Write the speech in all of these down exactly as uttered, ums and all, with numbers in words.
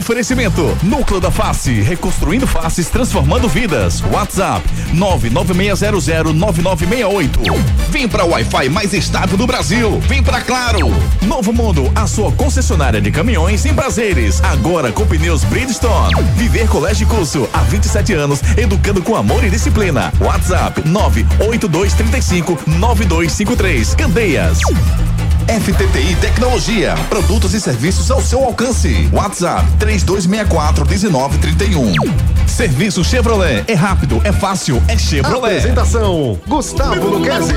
Oferecimento Núcleo da Face, reconstruindo faces, transformando vidas. WhatsApp nove nove seis zero zero nove nove seis oito. Vem pra Wi-Fi mais estável do Brasil. Vem pra Claro. Novo Mundo, a sua concessionária de caminhões em prazeres. Agora com pneus Bridgestone. Viver Colégio e Curso, há vinte e sete anos, educando com amor e disciplina. WhatsApp nove oito dois três cinco nove dois cinco três. Candeias. F T T I Tecnologia, produtos e serviços ao seu alcance. WhatsApp três dois seis quatro um nove três um. Serviço Chevrolet, é rápido, é fácil, é Chevrolet. Apresentação, Gustavo Luquezzi.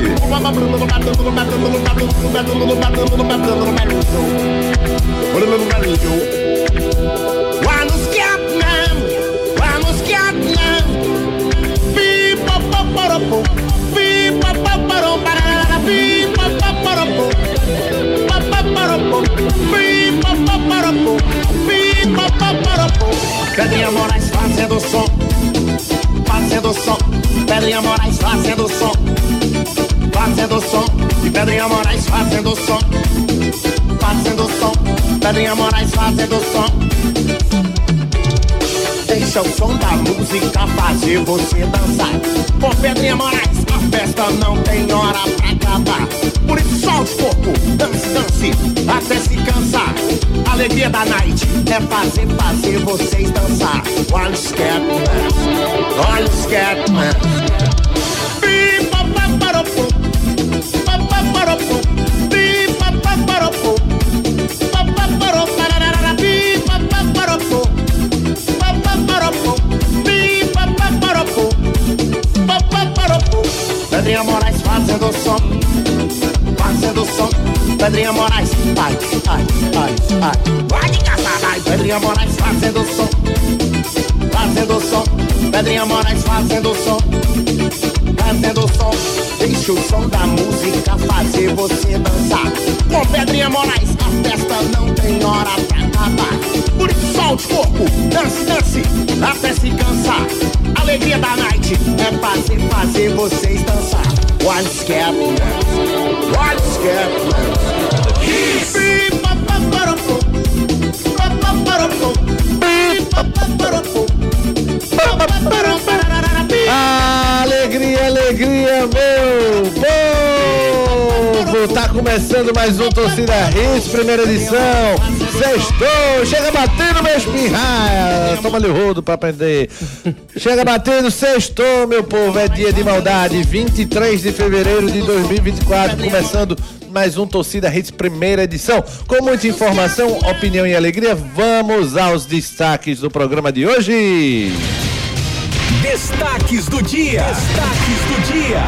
Pedrinha Moraes fazendo som, fazendo som. Pedrinha Moraes fazendo som, fazendo som. E Pedrinha Moraes fazendo som, fazendo som. Pedrinha Moraes fazendo som. Deixa o som da música fazer você dançar. Com Pedrinha Moraes, a festa não tem hora pra acabar. Por isso solte o corpo, dance, dance, até se cansar. A alegria da night é fazer, fazer vocês dançar. Olha o Scatman, olha o Scatman. Pi-pa-pa-pa-ro-pum, pa-pa-pa-ro-pum, pi-pa-pa-pa-ro-pum, pa-pa-pa-ro-pa-ra-ra-ra, pi-pa-pa-pa-ro-pum, pa-pa-pa-ro-pum, pi-pa-pa-pa-ro-pum, pa-pa-pa-ro-pum. Pedrinha Moraes fazendo som, fazendo som. Pedrinha Moraes, ai, ai, ai, ai. Vai de caçar, vai. Pedrinha Moraes fazendo som, fazendo som. Pedrinha Moraes fazendo som, fazendo som. Deixa o som da música fazer você dançar. Com Pedrinha Moraes, a festa não tem hora pra acabar. Por isso solte o corpo, dance, dance, até se cansar. A alegria da night é fazer, fazer vocês dançar. Olha o Scatman, olha o Scatman. Alegria, alegria, meu povo! Tá começando mais um Torcida Hits, primeira edição. Sextou, chega batendo, meu espirraia. Toma-lhe o rodo pra aprender. Chega batendo, sextou, meu povo. É dia de maldade, vinte e três de fevereiro de dois mil e vinte e quatro, começando mais um Torcida Hits, primeira edição. Com muita informação, opinião e alegria, vamos aos destaques do programa de hoje. Destaques do dia. Destaques do dia.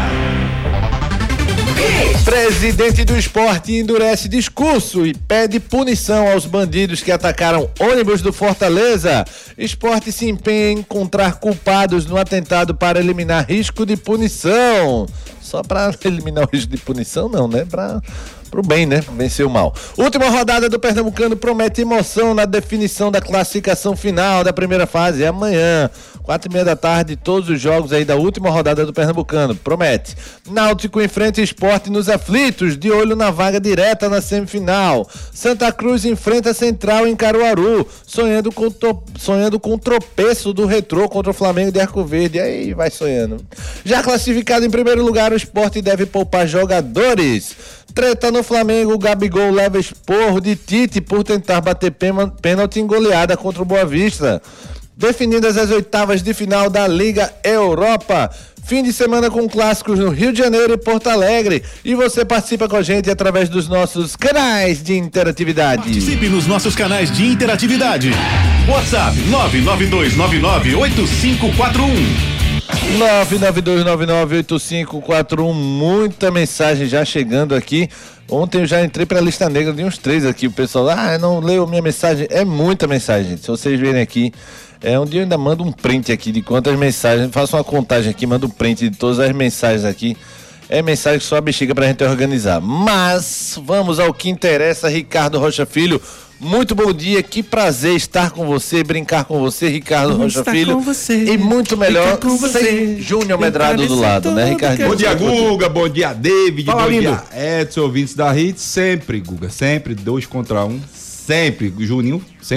Presidente do Sport endurece discurso e pede punição aos bandidos que atacaram ônibus do Fortaleza. Sport se empenha em encontrar culpados no atentado para eliminar risco de punição. Só para eliminar o risco de punição, não, né? Para pro bem, né? Vencer o mal. Última rodada do Pernambucano promete emoção na definição da classificação final da primeira fase. É amanhã, quatro e meia da tarde, todos os jogos aí da última rodada do Pernambucano. Promete. Náutico enfrenta Sport nos aflitos, de olho na vaga direta na semifinal. Santa Cruz enfrenta Central em Caruaru, sonhando com, to... sonhando com o tropeço do Retrô contra o Flamengo de Arco Verde. Aí vai sonhando. Já classificado em primeiro lugar, o Sport deve poupar jogadores. Treta no Flamengo, o Gabigol leva esporro de Tite por tentar bater pênalti em goleada contra o Boa Vista. Definidas as oitavas de final da Liga Europa. Fim de semana com clássicos no Rio de Janeiro e Porto Alegre. E você participa com a gente através dos nossos canais de interatividade. Participe nos nossos canais de interatividade. WhatsApp nove nove dois nove nove oito cinco quatro um. nove nove dois nove nove oito cinco quatro um, muita mensagem já chegando aqui. Ontem eu já entrei pra lista negra de uns três aqui. O pessoal, ah, não leu minha mensagem. É muita mensagem. Se vocês verem aqui, é um dia eu ainda mando um print aqui de quantas mensagens. Faço uma contagem aqui, mando um print de todas as mensagens aqui. É mensagem que só a bexiga pra gente organizar. Mas vamos ao que interessa. Ricardo Rocha Filho, muito bom dia, que prazer estar com você, brincar com você, Ricardo Vamos Rocha Filho. Com você, e muito melhor com você, Júnior Medrado do lado, né, Ricardo? Bom dia, Guga, bom dia, David, Fala, bom lindo. dia, Edson, ouvintes da Hits, sempre, Guga, sempre, dois contra um, sempre, Juninho, sempre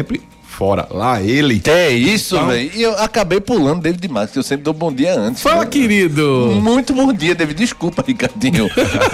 fora. Lá ele. É isso, Então- velho. E eu acabei pulando David demais, que eu sempre dou bom dia antes. Fala, né? querido. Muito bom dia, David. Desculpa, Ricardinho.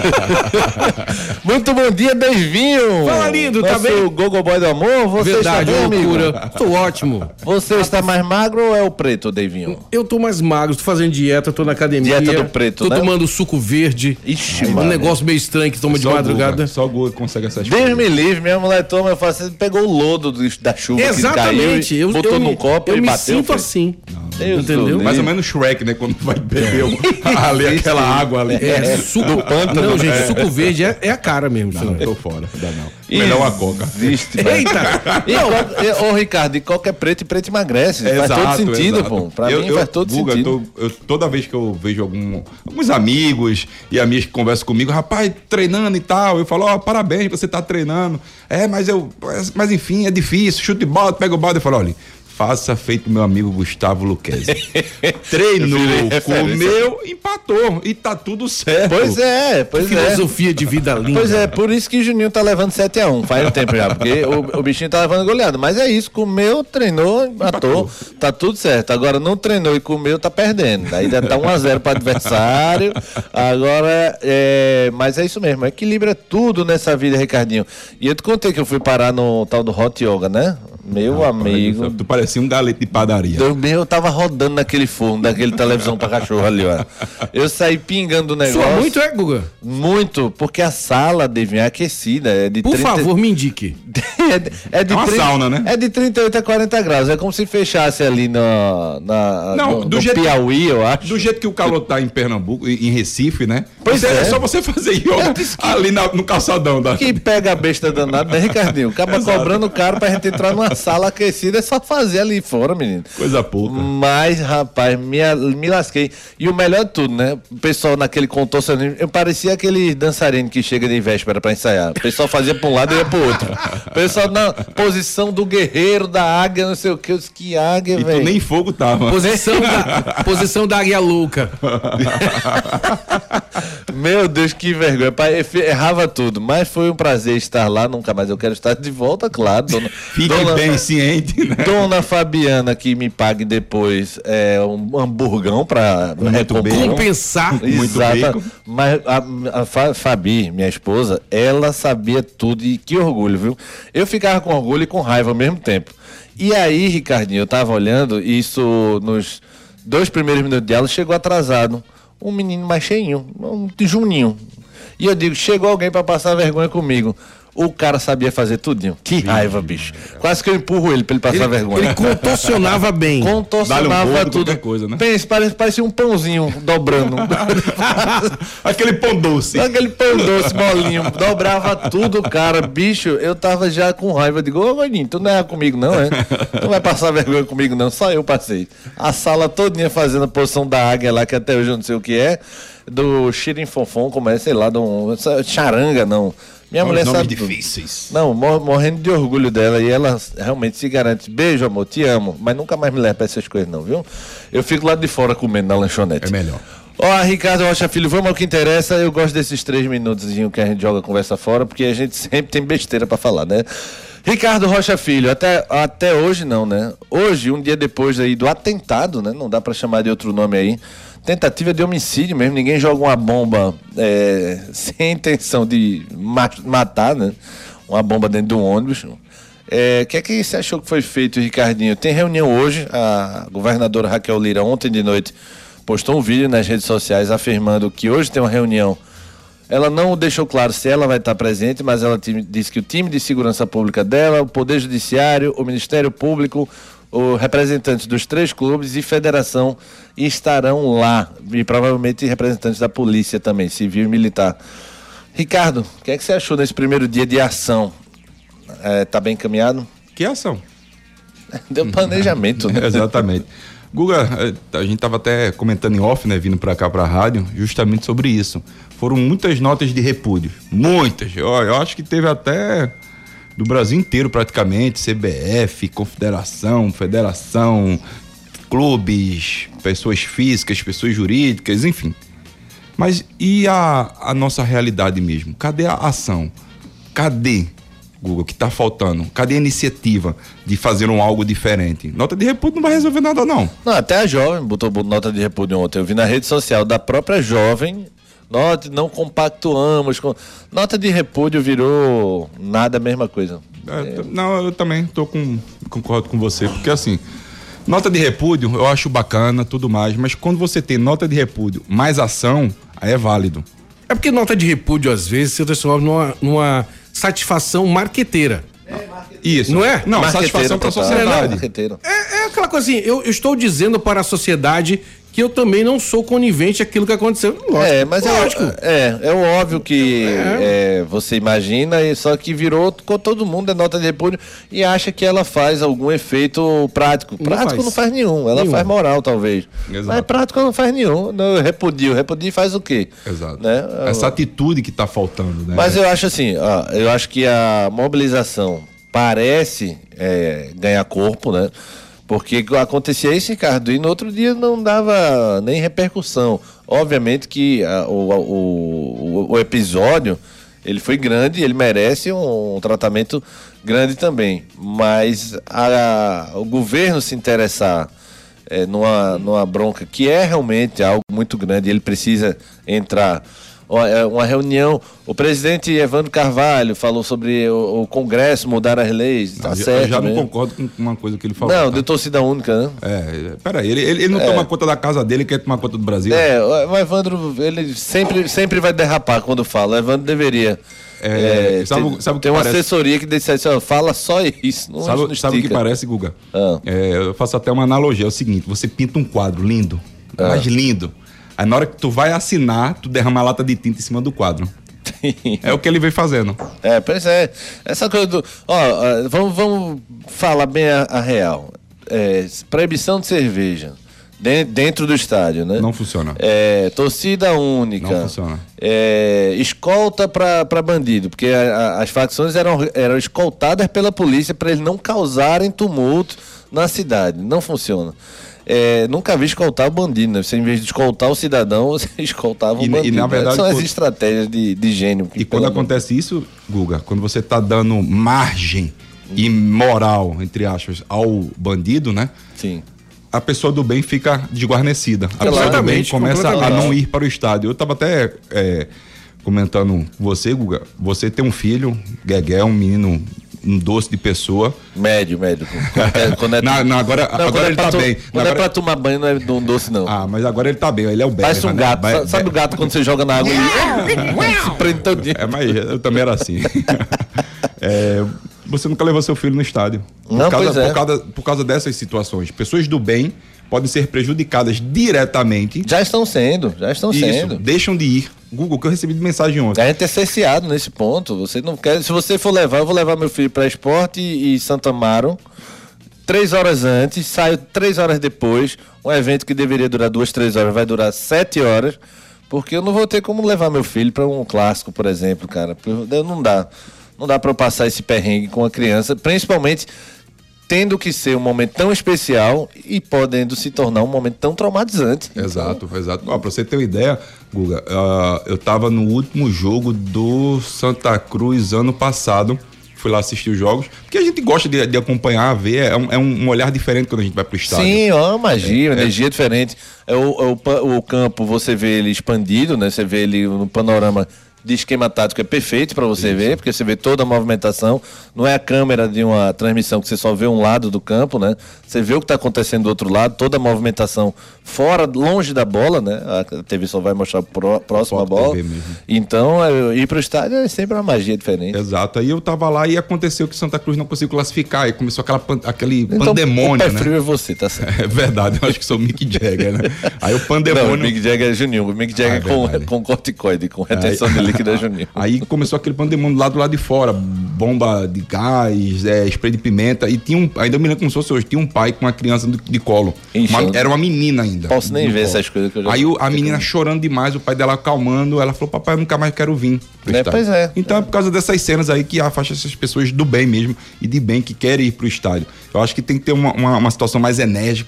Muito bom dia, Davinho. Fala, lindo, tá Nosso bem? Gogo Boy do Amor. Você Verdade, está bem, loucura. amigo? Tô ótimo. Você está mais magro ou é o preto, Davinho? Eu tô mais magro, tô fazendo dieta, tô na academia. Dieta do preto, Tô né? tomando suco verde. Ixi, um mano. negócio meio estranho que toma de Só o madrugada. Guga, Só o Guga consegue essas Deus coisas. me livre, minha mulher toma, eu faço, você pegou o lodo do- da chuva Exatamente. que caiu, Eu, e botou eu, no me- copo eu e me bateu. sinto foi? assim. Deus Entendeu? do Mais ou livre. menos Shrek, né? Quando vai beber o- ali aquela água ali. É, suco. Não, gente, suco verde é, é a cara mesmo. Não, filho. tô fora. Dá não. Melhor uma coca. Existe, mano. Eita! E qual- e- Ô, Ricardo, e qualquer preto e preto emagrece. faz Exato, todo sentido, exato. pô. Pra eu, mim eu, faz todo Guga, sentido. tô- eu- toda vez que eu vejo algum, alguns amigos e amigas que conversam comigo, rapaz, treinando e tal, eu falo, ó, parabéns, você tá treinando. É, mas eu, mas, mas enfim, é difícil, chute bola, pega o balde. Eu falo, olha, faça feito meu amigo Gustavo Luquezzi. Treinou, Eu virei referência. comeu, empatou e tá tudo certo. Pois é, pois é. Filosofia de vida linda. Pois é, por isso que o Juninho tá levando sete a um, faz um tempo já, porque o, o bichinho tá levando goleada. Mas é isso, comeu, treinou, matou, tá tudo certo. Agora não treinou e comeu, tá perdendo. Aí já tá um a zero pro adversário. Agora, é, mas é isso mesmo, equilibra tudo nessa vida, Ricardinho. E eu te contei que eu fui parar no tal do Hot Yoga, né? Meu amigo. Tu parecia um galete de padaria. Eu, meu, eu tava rodando naquele forno, daquele televisão pra cachorro ali, ó. Eu saí pingando o negócio. Sua muito é, Guga? Muito, porque a sala, Devinho, é aquecida. É de Por trinta favor, me indique. é de, é de É uma sauna, né? É de trinta e oito a quarenta graus. É como se fechasse ali na, na, Não, no, do no jeito- Piauí, eu acho. Do jeito que o calor tá em Pernambuco, em Recife, né? Pois Você- é. É só você fazer yoga ali na- no calçadão da. Que pega a besta danada, né, Ricardinho? Acaba cobrando caro pra gente entrar numa sala aquecida, é só fazer ali fora, menino. Coisa pouca. Mas, rapaz, me, me lasquei. E o melhor de tudo, né? O pessoal naquele contorcionismo, eu parecia aquele dançarino que chega de véspera pra ensaiar. O pessoal fazia pra um lado e ia pro outro. O pessoal na posição do guerreiro, da águia, não sei o que, os que águia, E tu velho. nem fogo tava. Posição da, posição da águia louca. Meu Deus, que vergonha. Pai, eu errava tudo, mas foi um prazer estar lá. Nunca mais eu quero estar de volta, claro. Dona, Fique dona, bem ciente, né? Dona Fabiana, que me pague depois é, um hamburgão pra muito recompor. bacon. Compensar. Muito Exata. bacon. Mas a, a Fa- Fabi, minha esposa, ela sabia tudo e que orgulho, viu? Eu ficava com orgulho e com raiva ao mesmo tempo. E aí, Ricardinho, eu tava olhando, isso nos dois primeiros minutos de aula, chegou atrasado. Um menino mais cheinho, um Juninho. E eu digo, chegou alguém pra passar vergonha comigo. O cara sabia fazer tudinho. Que raiva, bicho. Quase que eu empurro ele pra ele passar vergonha. Ele contorcionava bem. Dá-lhe um Contorcionava gordo, tudo. qualquer coisa, né? Pensa, parece, parecia um pãozinho dobrando. Aquele pão doce. Aquele pão doce, bolinho, dobrava tudo, cara. Bicho, eu tava já com raiva. Eu digo, ô Gordinho, tu não é comigo não, é? Tu não vai passar vergonha comigo não, só eu passei. A sala todinha fazendo a posição da águia lá, que até hoje eu não sei o que é. Do xirinfonfon, como é, sei lá, do um, charanga, não. Minha Os mulher nomes sabe tudo. difíceis. Não, mor- morrendo de orgulho dela e ela realmente se garante. Beijo, amor, te amo. Mas nunca mais me leva pra essas coisas não, viu? Eu fico lá de fora comendo na lanchonete. É melhor. Ó, Ricardo Rocha Filho, vamos ao que interessa. Eu gosto desses três minutos que a gente joga conversa fora, porque a gente sempre tem besteira pra falar, né? Ricardo Rocha Filho, até, até hoje não, né? Hoje, um dia depois aí do atentado, né? Não dá pra chamar de outro nome aí. Tentativa de homicídio mesmo, ninguém joga uma bomba é, sem intenção de ma- matar, né? Uma bomba dentro de um ônibus. É, o que é que você achou que foi feito, Ricardinho? Tem reunião hoje, a governadora Raquel Lira ontem de noite postou um vídeo nas redes sociais afirmando que hoje tem uma reunião. Ela não deixou claro se ela vai estar presente, mas ela ti- disse que o time de segurança pública dela, o Poder Judiciário, o Ministério Público, os representantes dos três clubes e federação estarão lá. E provavelmente representantes da polícia também, civil e militar. Ricardo, o que é que você achou desse primeiro dia de ação? É, tá bem encaminhado? Que ação? Deu planejamento, né? Exatamente. Guga, a gente estava até comentando em off, né, vindo para cá para a rádio, justamente sobre isso. Foram muitas notas de repúdio, muitas. Eu, eu acho que teve até do Brasil inteiro praticamente, C B F, Confederação, Federação, clubes, pessoas físicas, pessoas jurídicas, enfim. Mas e a, a nossa realidade mesmo? Cadê a ação? Cadê? Google, que tá faltando? Cadê a iniciativa de fazer um algo diferente? Nota de repúdio não vai resolver nada, não. Não, até a jovem botou nota de repúdio ontem. Eu vi na rede social da própria jovem. Nota, não compactuamos com... Nota de repúdio virou nada a mesma coisa. É, não, eu também tô com, concordo com você, porque assim, nota de repúdio eu acho bacana, tudo mais, mas quando você tem nota de repúdio mais ação, aí é válido. É porque nota de repúdio, às vezes, se transforma numa, numa satisfação marqueteira. Isso. Não é? Não, satisfação para a sociedade. É, é aquela coisa assim, eu, eu estou dizendo para a sociedade que eu também não sou conivente àquilo que aconteceu. Lógico, é, mas lógico. É, é, é o óbvio que é. É, você imagina, só que virou, todo mundo é nota de repúdio e acha que ela faz algum efeito prático. Não Prático faz. não faz nenhum, ela Nenhum. faz moral, talvez. Exato. Mas prático não faz nenhum. Não, repudio, repudio faz o quê? Exato. Né? Essa atitude que está faltando, né? Mas eu acho assim, ó, eu acho que a mobilização parece é, ganhar corpo, né? Porque acontecia isso, Ricardo, e no outro dia não dava nem repercussão. Obviamente que a, o, o, o episódio, ele foi grande, ele merece um, um tratamento grande também. Mas a, a, o governo se interessar é, numa, numa bronca que é realmente algo muito grande, ele precisa entrar... Uma reunião, o presidente Evandro Carvalho falou sobre o, o Congresso mudar as leis, tá eu, certo. eu já mesmo. não concordo com uma coisa que ele falou. Não, tá? de torcida única, né? É, peraí, ele, ele, ele não É. toma conta da casa dele, quer tomar conta do Brasil. É, o Evandro, ele sempre, sempre vai derrapar quando fala. O Evandro deveria É, é, sabe- ter, sabe o que ter uma parece? assessoria que dissesse, ó, fala só isso. Não, Sabe, não sabe o que estica. parece, Guga? Ah. É, eu faço até uma analogia, é o seguinte, você pinta um quadro lindo, Ah. mais lindo, aí na hora que tu vai assinar, tu derrama a lata de tinta em cima do quadro. É o que ele vem fazendo. É, pois é. Essa coisa do. Ó, ó, vamos, vamos falar bem a, a real. É, proibição de cerveja de- dentro do estádio, né? Não funciona. É, torcida única. Não funciona. É, escolta pra, pra bandido, porque a- a- as facções eram, eram escoltadas pela polícia para eles não causarem tumulto na cidade. Não funciona. É, nunca vi escoltar o bandido, né? Você, em vez de escoltar o cidadão, você escoltava o E- e, bandido. na verdade, São as quando- estratégias de, de gênio. que, E quando pelo amor- acontece isso, Guga, quando você tá dando margem e moral, entre aspas, ao bandido, né? Sim. A pessoa do bem fica desguarnecida. A pessoa do bem Completamente, começa a completamente. não ir para o estádio. Eu tava até é, comentando com você, Guga, você tem um filho, Guegué, um menino, um doce de pessoa. Médio, médio. Quando é, quando é- Não, não, agora, Não, agora quando é ele pra tá tu- bem. Quando Agora- é pra tomar banho, não é de um doce, não. Ah, mas agora ele tá bem, ele é o Berra, Parece um né? gato. Be- Sa- Sabe Be- o gato quando você joga na água e se prende todinho? É, mas eu também era assim. É, você nunca levou seu filho no estádio. Por, Não, causa, pois é. por, causa, por causa dessas situações. Pessoas do bem podem ser prejudicadas diretamente. Já estão sendo, já estão Isso, sendo. deixam de ir. Google, que eu recebi de mensagem ontem. A gente é cerceado nesse ponto. Você não quer. Se você for levar, eu vou levar meu filho para Esporte e, e Santa Amaro. Três horas antes, saio três horas depois. Um evento que deveria durar duas, três horas, vai durar sete horas. Porque eu não vou ter como levar meu filho para um clássico, por exemplo, cara. Eu- Não dá. Não dá para eu passar esse perrengue com a criança, principalmente tendo que ser um momento tão especial e podendo se tornar um momento tão traumatizante. Exato, exato. Ó, pra você ter uma ideia, Guga, ah, eu tava no último jogo do Santa Cruz ano passado. Fui lá assistir os jogos, porque a gente gosta de, de acompanhar, ver, é um, é um olhar diferente quando a gente vai pro estádio. Sim, ó, uma magia, uma energia diferente. É o, é o, pa- o campo, você vê ele expandido, né? Você vê ele no panorama de esquema tático, é perfeito para você ver, porque você vê toda a movimentação. Não é a câmera de uma transmissão que você só vê um lado do campo, né? Você vê o que está acontecendo do outro lado, toda a movimentação fora, longe da bola, né? A T V só vai mostrar pro, próximo à Foco bola. T V mesmo. Então, é, ir pro estádio é sempre uma magia diferente. Exato. Aí eu tava lá e aconteceu que Santa Cruz não conseguiu classificar. Aí começou aquela, pan- aquele Então, pandemônio, o pé né? frio é você, tá certo? É verdade, eu acho que sou o Mick Jagger, né? Aí o Não, pandemônio. o Mick Jagger é Juninho. O Mick Jagger Ah, é com, verdade. com corticoide, com retenção de líquido é Juninho. Aí começou aquele pandemônio lá do lado de fora, bomba de gás, é, spray de pimenta, e tinha um, ainda eu me lembro como se fosse hoje, tinha um pai com uma criança de, de colo. Enchendo. Uma- era uma menina ainda. Posso nem no ver colo. essas coisas que eu já Aí o- a menina chorando demais, o pai dela acalmando, ela falou, papai, eu nunca mais quero vir pro É, estádio. pois é. Então é por causa dessas cenas aí que afasta essas pessoas do bem mesmo, e de bem que querem ir pro estádio. Eu acho que tem que ter uma, uma, uma situação mais enérgica,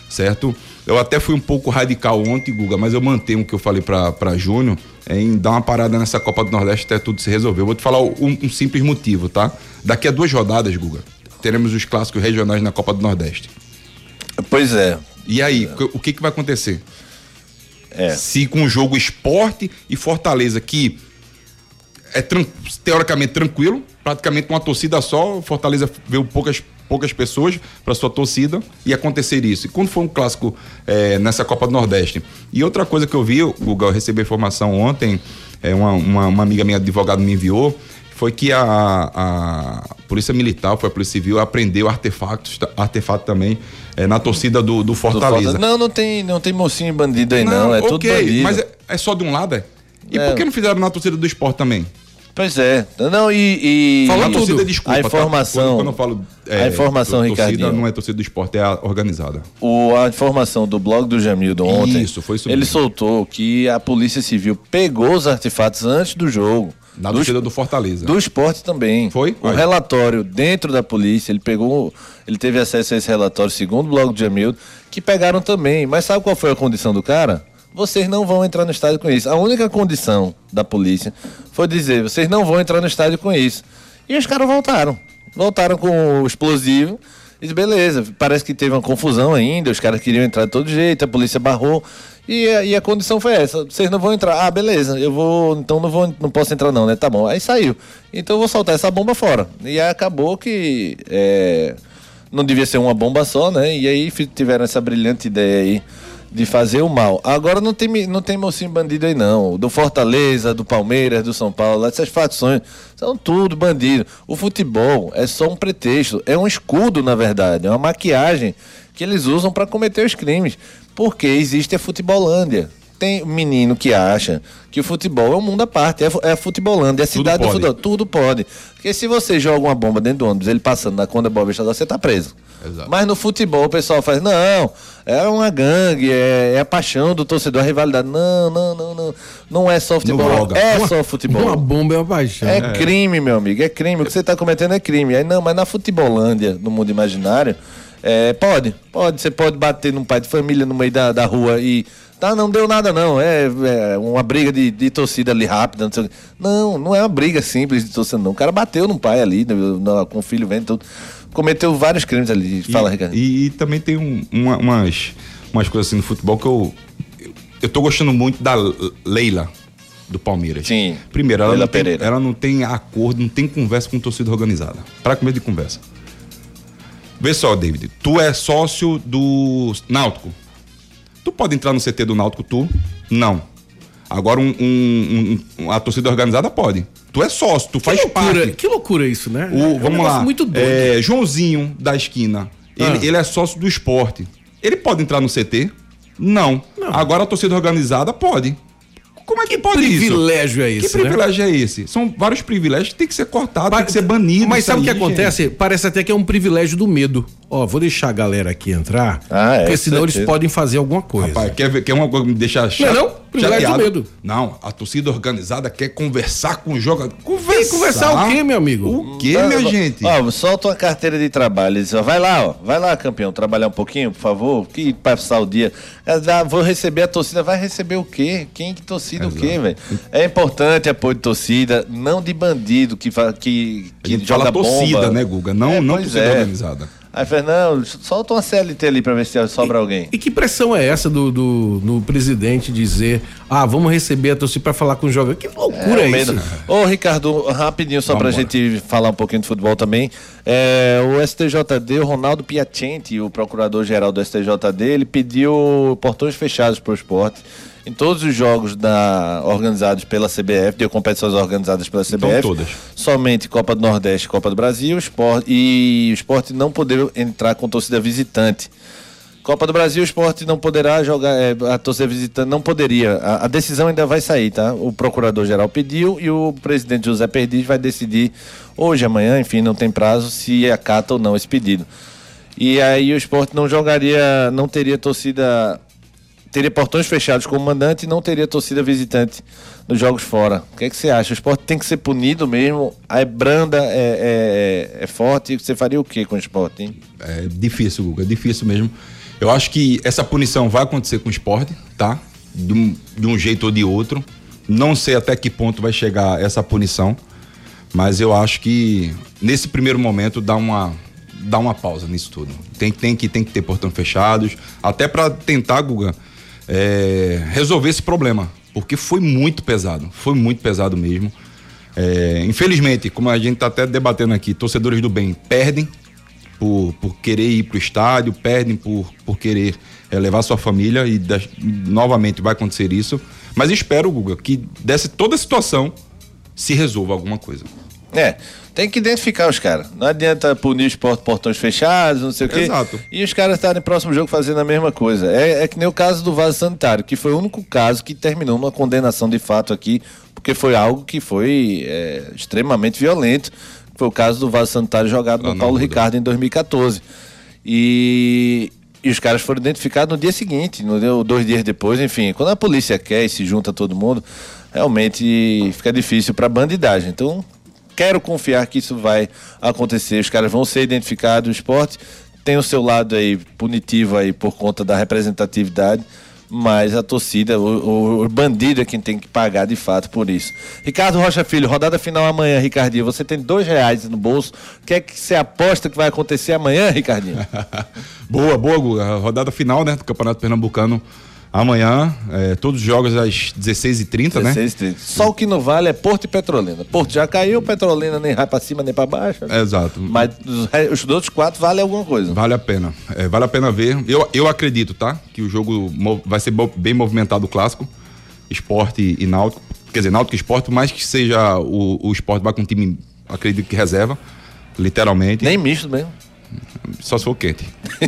certo? Eu até fui um pouco radical ontem, Guga, mas eu mantenho o que eu falei pra, pra Júnior, é em dar uma parada nessa Copa do Nordeste até tudo se resolver. Eu vou te falar um, um simples motivo, tá? Daqui a duas rodadas, Guga, teremos os clássicos regionais na Copa do Nordeste. Pois é. E aí, é. o que que vai acontecer? É. Se com o jogo Sport e Fortaleza, que é tran- teoricamente tranquilo, praticamente uma torcida só, Fortaleza veio poucas, poucas pessoas para sua torcida e acontecer isso. E quando foi um clássico é, nessa Copa do Nordeste? E outra coisa que eu vi, Guga, eu recebi informação ontem, é, uma, uma, uma amiga minha advogada me enviou, foi que a, a Polícia Militar, foi a Polícia Civil, apreendeu artefatos, artefato também é, na torcida do, do Fortaleza. Do não, não tem, não tem mocinho bandido aí não, não é okay, tudo bandido. Mas é, é só de um lado, é? E é. por que não fizeram na torcida do Sport também? Pois é. Não, e... e Fala e torcida, desculpa, a informação, tá? Quando, quando eu falo é, a informação, torcida, Ricardinho, não é torcida do Sport, é a organizada. O, a informação do blog do Jamildo ontem, isso, foi isso ele mesmo. soltou que a Polícia Civil pegou os artefatos antes do jogo. Na do, torcida do Fortaleza. Do Sport também. Foi? O relatório dentro da polícia, ele pegou, ele teve acesso a esse relatório, segundo o blog do Jamildo, que pegaram também. Mas sabe qual foi a condição do cara? Vocês não vão entrar no estádio com isso. A única condição da polícia foi dizer, vocês não vão entrar no estádio com isso. E os caras voltaram. Voltaram com o explosivo. E beleza, parece que teve uma confusão ainda, os caras queriam entrar de todo jeito, a polícia barrou. E a, e a condição foi essa, vocês não vão entrar. Ah, beleza, eu vou, então não, vou, não posso entrar não, né? Tá bom. Aí saiu. Então eu vou soltar essa bomba fora. E aí acabou que é, não devia ser uma bomba só, né? E aí tiveram essa brilhante ideia aí de fazer o mal. Agora não tem, não tem mocinho bandido aí não. Do Fortaleza, do Palmeiras, do São Paulo, essas facções são tudo bandido. O futebol é só um pretexto, é um escudo na verdade, é uma maquiagem que eles usam para cometer os crimes. Porque existe a Futebolândia. Tem um menino que acha que o futebol é um mundo à parte, é, é a Futebolândia, é a cidade do futebol, tudo pode. Porque se você joga uma bomba dentro do ônibus, ele passando na Conda Boa Vista, você tá preso. Exato. Mas no futebol o pessoal faz, não, é uma gangue, é, é a paixão do torcedor, a rivalidade. Não, não, não, não. Não é só futebol, é uma, só futebol. Uma bomba é uma paixão. É, é crime, meu amigo, é crime. O que você tá cometendo é crime. Aí não, mas na Futebolândia, no mundo imaginário, é, pode, pode. Você pode bater num pai de família no meio da, da rua e... Tá, não deu nada não, é, é uma briga de, de torcida ali rápida, não sei o quê. Não, não é uma briga simples de torcida não. O cara bateu num pai ali, no, no, com o filho vendo tudo. Cometeu vários crimes ali. Fala, e, Ricardo. E, e também tem um, uma, umas, umas coisas assim no futebol que eu... Eu tô gostando muito da Leila, do Palmeiras. Sim. Primeiro, ela Leila não, tem, Pereira. ela não tem acordo, não tem conversa com torcida organizada. Para com medo de conversa. Vê só, David, tu é sócio do Náutico. Tu pode entrar no C T do Náutico, tu? Não. Agora um, um, um, a torcida organizada pode. Tu é sócio, tu que faz loucura, parte. Que loucura isso, né? O, é um vamos lá. Muito doido. É, Joãozinho da esquina. Ele, Ah. ele é sócio do esporte. Ele pode entrar no C T? Não. Não. Agora a torcida organizada pode. Como é que, pode isso? privilégio é esse, Que privilégio é esse? São vários privilégios que tem que ser cortado, Pa- tem que ser banido. Mas isso sabe o que aí, acontece? Parece até que é um privilégio do medo. Ó, vou deixar a galera aqui entrar, Ah, é, porque com senão eles certeza. podem fazer alguma coisa. Rapaz, quer, ver, quer uma coisa que me deixa chateado? não? Privilégio do medo. Não, a torcida organizada quer conversar com o jogador. Conversar? Vem conversar o quê, meu amigo? O quê, minha Ó, gente? Ó, solta uma carteira de trabalho. Diz, ó, vai lá, ó. Vai lá, campeão, trabalhar um pouquinho, por favor. Que passar o dia. Ah, vou receber a torcida. Vai receber o quê? Quem que torcida Exato. o quê, velho? É importante apoio de torcida, não de bandido que, fa- que, A que gente joga fala torcida, bomba. né, Guga? Não, É, não pois torcida é. organizada. Aí, Fernando, solta uma C L T ali pra ver se sobra alguém. E que pressão é essa do, do, do presidente dizer, ah, vamos receber a torcida pra falar com o jogador? Que loucura é, o isso? medo. Ô, Ricardo, rapidinho, só Vamos pra embora. gente falar um pouquinho de futebol também. É, o S T J D, o Ronaldo Piacenti, o procurador-geral do S T J D, ele pediu portões fechados pro esporte em todos os jogos da, organizados pela C B F, de competições organizadas pela C B F. Então, todas. Somente Copa do Nordeste, Copa do Brasil, esporte, e o esporte não poder entrar com torcida visitante. Copa do Brasil, o esporte não poderá jogar, é, a torcida visitante não poderia. A, a decisão ainda vai sair, tá? O procurador-geral pediu e o presidente José Perdiz vai decidir hoje, amanhã, enfim, não tem prazo, se acata ou não esse pedido. E aí o esporte não jogaria, não teria torcida, teria portões fechados como mandante e não teria torcida visitante nos jogos fora. O que é que você acha? O esporte tem que ser punido mesmo? É branda, é, é, é forte? Você faria o que com o esporte, hein? É difícil, Guga, é difícil mesmo. Eu acho que essa punição vai acontecer com o Sport, tá? De um, de um jeito ou de outro. Não sei até que ponto vai chegar essa punição, mas eu acho que nesse primeiro momento dá uma, dá uma pausa nisso tudo. Tem, tem, que, tem que ter portões fechados, até para tentar, Guga, é, resolver esse problema, porque foi muito pesado, foi muito pesado mesmo. É, infelizmente, como a gente tá até debatendo aqui, torcedores do bem perdem por, por querer ir pro estádio, perdem por, por querer é, levar sua família e das, novamente vai acontecer isso. Mas espero, Guga, que desse toda a situação se resolva alguma coisa. É, tem que identificar os caras. Não adianta punir os portões fechados, não sei o quê. Exato. E os caras estarem no próximo jogo fazendo a mesma coisa. É, é que nem o caso do vaso sanitário, que foi o único caso que terminou numa condenação de fato aqui, porque foi algo que foi é, extremamente violento. Foi o caso do vaso sanitário jogado no Paulo Ricardo em dois mil e catorze. E... E os caras foram identificados no dia seguinte, no, dois dias depois, enfim. Quando a polícia quer e se junta todo mundo, realmente fica difícil para bandidagem. Então, quero confiar que isso vai acontecer. Os caras vão ser identificados. O esporte tem o seu lado aí punitivo aí por conta da representatividade, mas a torcida, o, o, o bandido é quem tem que pagar de fato por isso. Ricardo Rocha Filho, rodada final amanhã, Ricardinho. Você tem dois reais no bolso. O que é que você aposta que vai acontecer amanhã, Ricardinho? Boa, boa, Guga. Rodada final, né, do Campeonato Pernambucano amanhã. É, todos os jogos às dezesseis e trinta, né? dezesseis e trinta. Só o que não vale é Porto e Petrolina. Porto já caiu, Petrolina nem vai pra cima nem pra baixo. É, exato. Mas os, os outros quatro valem alguma coisa. Vale a pena. É, vale a pena ver. Eu, eu acredito, tá? Que o jogo vai ser bem movimentado, o clássico. Sport e Náutico. Quer dizer, Náutico e Sport, mais que seja o, o Sport vai com um time, acredito que reserva. Literalmente. Nem misto mesmo. Só se for quente.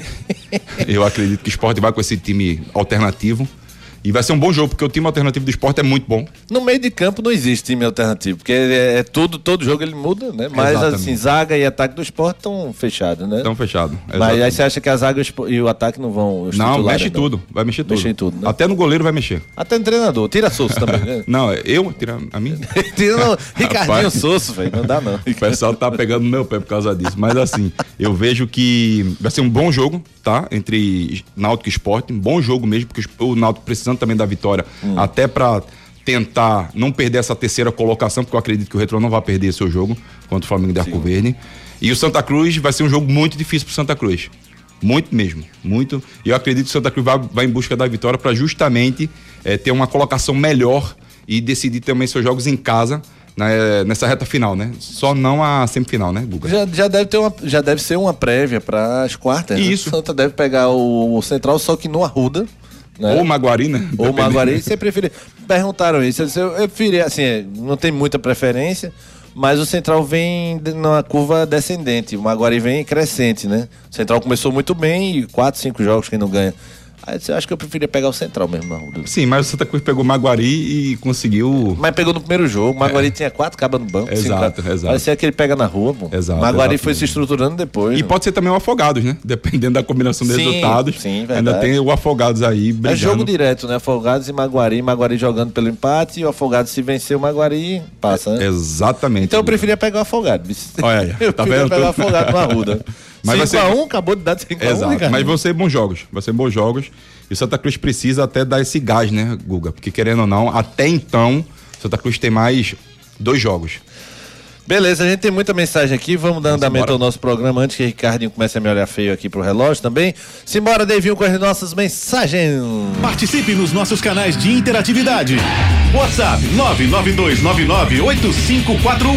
Eu acredito que o Sport vai com esse time alternativo. E vai ser um bom jogo, porque o time alternativo do Sport é muito bom. No meio de campo não existe time alternativo, porque é, é tudo, todo jogo ele muda, né? Mas exatamente. Assim, zaga e ataque do Sport estão fechados, né? Estão fechados. Mas aí você acha que a zaga e o ataque não vão... Não, mexe então? tudo. Vai mexer tudo. Mexe tudo, né? Até no goleiro vai mexer. Até no treinador. Tira Sosso também, né? Não, eu? Tira a mim? Tira não. Ricardinho Sosso, velho. Não dá não. O pessoal tá pegando no meu pé por causa disso. Mas assim, eu vejo que vai ser um bom jogo, tá? Entre Náutico e Sport. Um bom jogo mesmo, porque o Náutico precisando também da vitória. Hum. Até para tentar não perder essa terceira colocação, porque eu acredito que o Retrô não vai perder seu jogo contra o Flamengo de Arco Verde. E o Santa Cruz vai ser um jogo muito difícil pro Santa Cruz. Muito mesmo, muito. E eu acredito que o Santa Cruz vai, vai em busca da vitória para justamente é, ter uma colocação melhor e decidir também seus jogos em casa né, nessa reta final, né? Só não a semifinal, né, Guga? Já, já, deve, ter uma, já deve ser uma prévia para as quartas. Isso. Né? O Santa deve pegar o, o Central, só que no Arruda. Né? Ou Maguari, né? Ou Maguari, você preferir. Perguntaram isso, eu, eu, eu preferi, assim, não tem muita preferência, mas o Central vem numa curva descendente, o Maguari vem crescente, né? O Central começou muito bem e quatro, cinco jogos que não ganha. Aí eu acho que eu preferia pegar o Central mesmo na Ruda. Sim, mas o Santa Cruz pegou o Maguari e conseguiu... Mas pegou no primeiro jogo, o Maguari é. tinha quatro cabas no banco. Exato, cinco, exato. Parecia que ele pega na rua, pô. Exato. O Maguari exato. foi se estruturando depois. E né? pode ser também o Afogados, né? Dependendo da combinação de sim, resultados. Sim, verdade. Ainda tem o Afogados aí brigando. É jogo direto, né? Afogados e Maguari. Maguari jogando pelo empate e o Afogados, se vencer o Maguari, passa, né? É, exatamente. Então eu preferia pegar o Afogados. Olha aí, eu tá preferia vendo? pegar o Afogados na Ruda. Mas cinco a um, acabou de dar cinco a um. Exato, né, mas vão ser bons jogos. Vão ser bons jogos. E o Santa Cruz precisa até dar esse gás, né, Guga? Porque querendo ou não, até então, o Santa Cruz tem mais dois jogos. Beleza, a gente tem muita mensagem aqui. Vamos dar andamento ao nosso programa antes que o Ricardinho comece a me olhar feio aqui pro relógio também. Simbora, Devinho, com as nossas mensagens. Participe nos nossos canais de interatividade. WhatsApp nove nove dois nove nove oito cinco quatro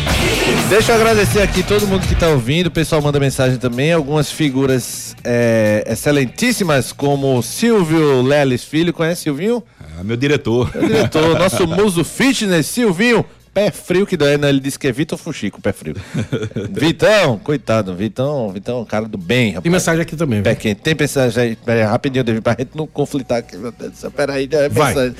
um. Deixa eu agradecer aqui todo mundo que tá ouvindo. O pessoal manda mensagem também. Algumas figuras é, excelentíssimas, como Silvio Leles Filho. Conhece Silvinho? É meu diretor. Meu diretor, nosso muso fitness, Silvinho. Pé frio que dói, né? Ele disse que é Vitor Fuxico, pé frio. Vitão, coitado, Vitão, Vitão, cara do bem, rapaz. Tem mensagem aqui também. Pé quente. Tem mensagem aí, pera aí, rapidinho, David, pra gente não conflitar aqui. Pera aí, né? Mensagem.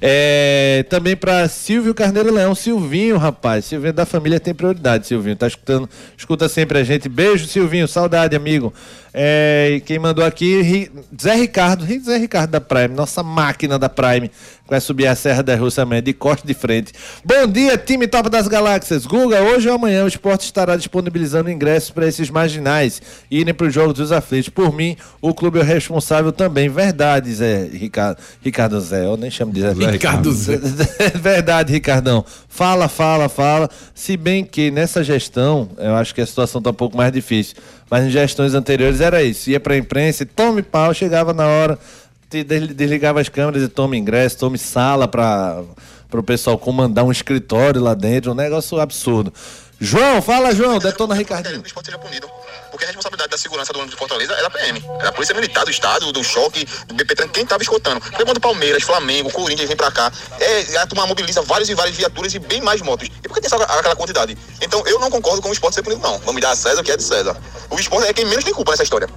É, também pra Silvio Carneiro Leão, Silvinho, rapaz. Silvinho da família tem prioridade, Silvinho. Tá escutando, escuta sempre a gente. Beijo, Silvinho, saudade, amigo. É, e quem mandou aqui, Zé Ricardo, Zé Ricardo da Prime, nossa máquina da Prime. vai subir a Serra da Russa amanhã de costa de frente. Bom dia, time Top das Galáxias. Guga, hoje ou amanhã o Sport estará disponibilizando ingressos para esses marginais irem para os Jogos dos Aflitos. Por mim, o clube é responsável também. Verdade, Zé Ricardo. Ricardo Zé, eu nem chamo de Zé. Zé Ricardo Zé. Verdade, Ricardão. Fala, fala, fala. Se bem que nessa gestão, eu acho que a situação está um pouco mais difícil. Mas em gestões anteriores era isso. Ia para a imprensa e tome pau, chegava na hora, desligava as câmeras e tome ingresso, tome sala para o pessoal comandar um escritório lá dentro. Um negócio absurdo. João, fala, João. Detona, Ricardinho. Que o esporte seja punido. Porque a responsabilidade da segurança do ônibus de Fortaleza é da P M. É da Polícia Militar do Estado, do Choque, do B P T, quem estava escoltando. Porque quando Palmeiras, Flamengo, Corinthians vem pra cá, é, a turma mobiliza várias e várias viaturas e bem mais motos. E por que tem só aquela quantidade? Então eu não concordo com o esporte ser punido, não. Vamos dar a César o que é de César. O esporte é quem menos tem culpa nessa história.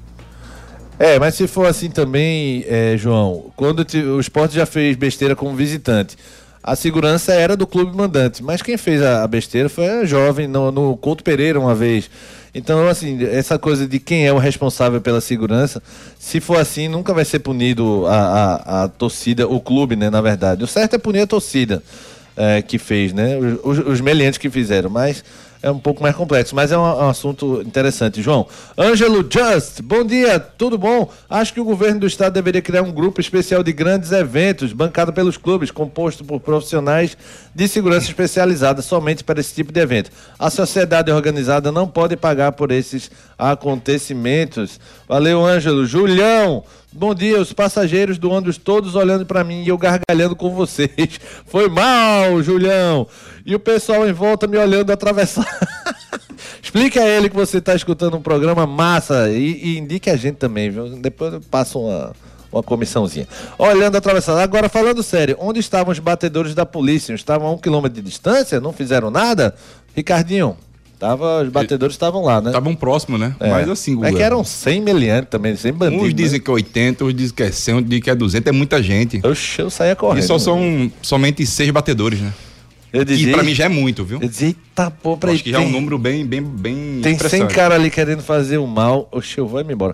É, mas se for assim também, é, João, quando te, o Sport já fez besteira como visitante, a segurança era do clube mandante, mas quem fez a, a besteira foi a jovem no, no Couto Pereira uma vez. Então, assim, essa coisa de quem é o responsável pela segurança, se for assim, nunca vai ser punido a, a, a torcida, o clube, né, na verdade. O certo é punir a torcida é, que fez, né, os, os meliantes que fizeram, mas é um pouco mais complexo, mas é um, um assunto interessante. João, Ângelo Just, bom dia, tudo bom? Acho que o governo do estado deveria criar um grupo especial de grandes eventos, bancado pelos clubes, composto por profissionais de segurança especializada somente para esse tipo de evento. A sociedade organizada não pode pagar por esses acontecimentos. Valeu, Ângelo. Julião, bom dia, os passageiros do ônibus todos olhando para mim e eu gargalhando com vocês. Foi mal, Julião. E o pessoal em volta me olhando atravessar. Explica a ele que você está escutando um programa massa e, e indique a gente também, viu? Depois eu passo uma, uma comissãozinha. Olhando atravessado. Agora, falando sério, onde estavam os batedores da polícia? Estavam a um quilômetro de distância? Não fizeram nada? Ricardinho, tava, os batedores estavam lá, né? Estavam próximos, né? É. Mas assim, Guga, é que eram cem meliantes também, cem bandidos. uns dizem né? que é oitenta, uns dizem que é cem, outros dizem que é duzentos, é muita gente. Oxe, eu saía correndo. E só são somente seis batedores, né? Eu dizia, que pra mim já é muito, viu? Eu dizia, eita, pô, pra Acho que já é um número bem, bem, bem tem cem expressante. caras ali querendo fazer o mal. Oxe, eu vou me embora.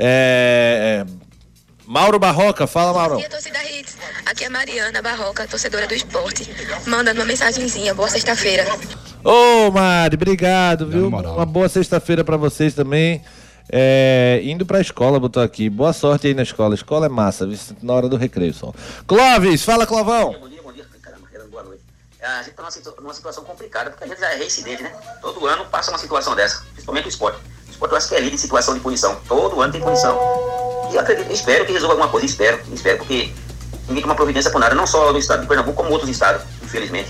É... Mauro Barroca, fala, Mauro. Bom dia, torcida Hits. Aqui é Mariana Barroca, torcedora do esporte. Mandando uma mensagenzinha. Boa sexta-feira. Ô, Mari, obrigado, viu? moral. Uma boa sexta-feira pra vocês também. É, indo pra escola, botou aqui. Boa sorte aí na escola. Escola é massa, viu? Na hora do recreio só. Clóvis, fala, Clovão. Bom dia, bom dia. Caramba, boa noite. A gente tá numa, situ- numa situação complicada, porque a gente já é reincidente, né? Todo ano passa uma situação dessa, principalmente o esporte. O esporte eu acho que é líder em situação de punição. Todo ano tem punição. E eu acredito, espero que resolva alguma coisa, espero, espero, porque ninguém toma providência por nada, não só no estado de Pernambuco, como outros estados, infelizmente.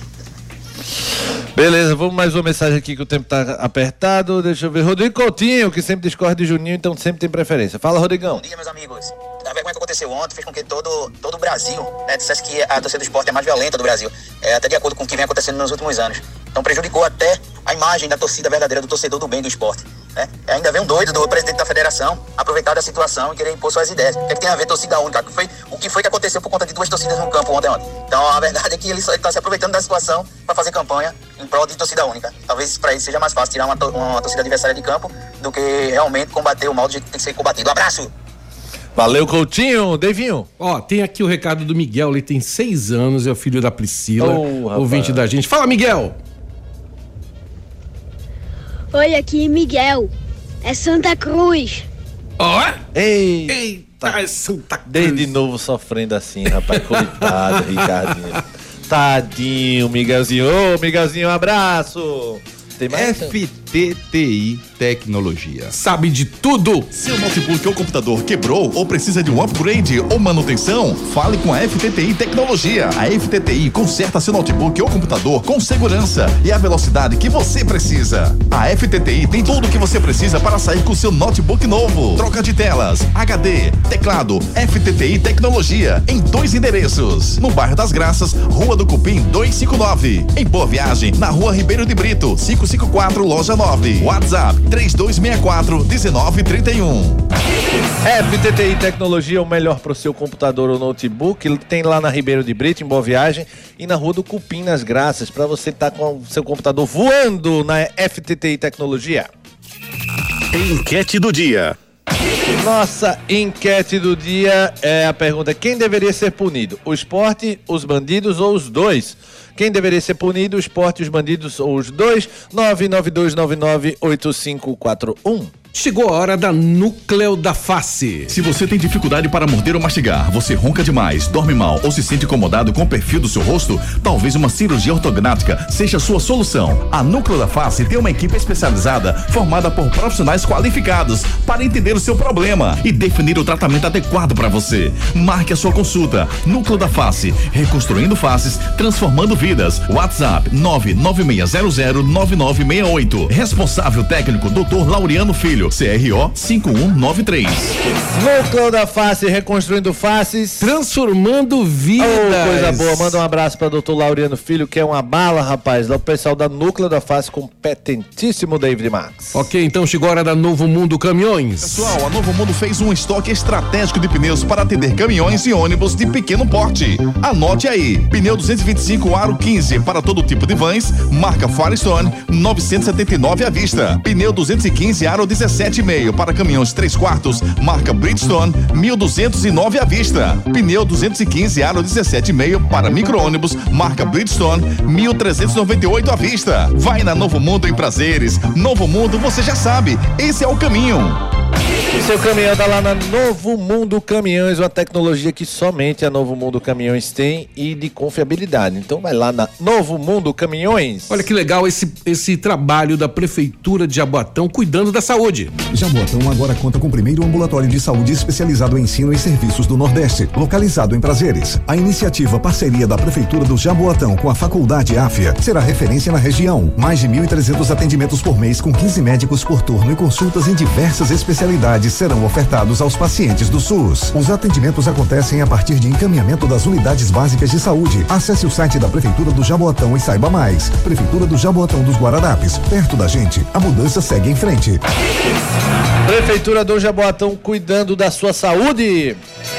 Beleza, vamos mais uma mensagem aqui que o tempo tá apertado. Deixa eu ver. Rodrigo Coutinho, que sempre discorda de Juninho, então sempre tem preferência. Fala, Rodrigão. Bom dia, meus amigos. A vergonha que aconteceu ontem fez com que todo, todo o Brasil, né, dissesse que a torcida do esporte é a mais violenta do Brasil, é, até de acordo com o que vem acontecendo nos últimos anos. Então prejudicou até a imagem da torcida verdadeira, do torcedor do bem do esporte. Né? Ainda vem um doido do presidente da federação aproveitar da situação e querer impor suas ideias. O que, é que tem a ver torcida única? O que, foi, o que foi que aconteceu por conta de duas torcidas no campo ontem, ontem? Então a verdade é que ele está se aproveitando da situação para fazer campanha em prol de torcida única. Talvez para ele seja mais fácil tirar uma, to- uma torcida adversária de campo do que realmente combater o mal do jeito que tem que ser combatido. Um abraço! Valeu, Coutinho. Devinho. Ó, tem aqui o recado do Miguel, ele tem seis anos, é o filho da Priscila, Oh, rapaz. ouvinte da gente. Fala, Miguel! Oi, aqui Miguel. É Santa Cruz. Ó! Ei, Eita, é Santa Cruz. desde novo sofrendo assim, rapaz. Coitado, Ricardinho. Tadinho, Miguelzinho. Ô, Miguelzinho, um abraço. Tem mais? F T T I Tecnologia. Sabe de tudo! Seu notebook ou computador quebrou ou precisa de um upgrade ou manutenção? Fale com a F T T I Tecnologia. A F T T I conserta seu notebook ou computador com segurança e a velocidade que você precisa. A F T T I tem tudo o que você precisa para sair com seu notebook novo. Troca de telas, H D, teclado, F T T I Tecnologia em dois endereços. No bairro das Graças, Rua do Cupim duzentos e cinquenta e nove. Em Boa Viagem, na Rua Ribeiro de Brito, quinhentos e cinquenta e quatro, loja nove. WhatsApp três dois seis quatro, um nove três um. F T T I Tecnologia, o melhor para o seu computador ou notebook. Ele tem lá na Ribeiro de Brito, em Boa Viagem, e na Rua do Cupim, nas Graças, para você estar tá com o seu computador voando na F T T I Tecnologia. Enquete do dia. Nossa enquete do dia é a pergunta: quem deveria ser punido? O esporte, os bandidos ou os dois? Quem deveria ser punido? O esporte, os bandidos ou os dois? nove nove dois nove nove oito cinco quatro um. Chegou a hora da Núcleo da Face. Se você tem dificuldade para morder ou mastigar, você ronca demais, dorme mal ou se sente incomodado com o perfil do seu rosto, talvez uma cirurgia ortognática seja a sua solução. A Núcleo da Face tem uma equipe especializada formada por profissionais qualificados para entender o seu problema e definir o tratamento adequado para você. Marque a sua consulta. Núcleo da Face, reconstruindo faces, transformando vidas. WhatsApp nove nove seis zero zero nove nove seis oito. Responsável técnico doutor Laureano Filho, C R O cinco um nove três. Núcleo da Face, reconstruindo faces, transformando vidas. Oh, coisa boa. Manda um abraço para doutor Laureano Filho, que é uma bala, rapaz. Lá o pessoal da Núcleo da Face, competentíssimo David Max. Ok, então chegou a hora da Novo Mundo Caminhões. Pessoal, a Novo Mundo fez um estoque estratégico de pneus para atender caminhões e ônibus de pequeno porte. Anote aí: pneu duzentos e vinte e cinco aro quinze para todo tipo de vans, marca Firestone, novecentos e setenta e nove à vista. Pneu duzentos e quinze aro dezessete e meio para caminhões três quartos, marca Bridgestone, mil duzentos e nove à vista. Pneu duzentos e quinze aro dezessete e meio para micro-ônibus, marca Bridgestone, mil trezentos e noventa e oito à vista. Vai na Novo Mundo em Prazeres. Novo Mundo, você já sabe, esse é o caminho. E seu caminhão tá lá na Novo Mundo Caminhões, uma tecnologia que somente a Novo Mundo Caminhões tem e de confiabilidade. Então vai lá na Novo Mundo Caminhões. Olha que legal esse, esse trabalho da Prefeitura de Jaboatão cuidando da saúde. Jaboatão agora conta com o primeiro ambulatório de saúde especializado em ensino e serviços do Nordeste, localizado em Prazeres. A iniciativa parceria da Prefeitura do Jaboatão com a Faculdade Áfia será referência na região. Mais de mil e trezentos atendimentos por mês com quinze médicos por turno e consultas em diversas especialidades serão ofertados aos pacientes do SUS. Os atendimentos acontecem a partir de encaminhamento das unidades básicas de saúde. Acesse o site da Prefeitura do Jaboatão e saiba mais. Prefeitura do Jaboatão dos Guararapes, perto da gente. A mudança segue em frente. Prefeitura do Jaboatão cuidando da sua saúde.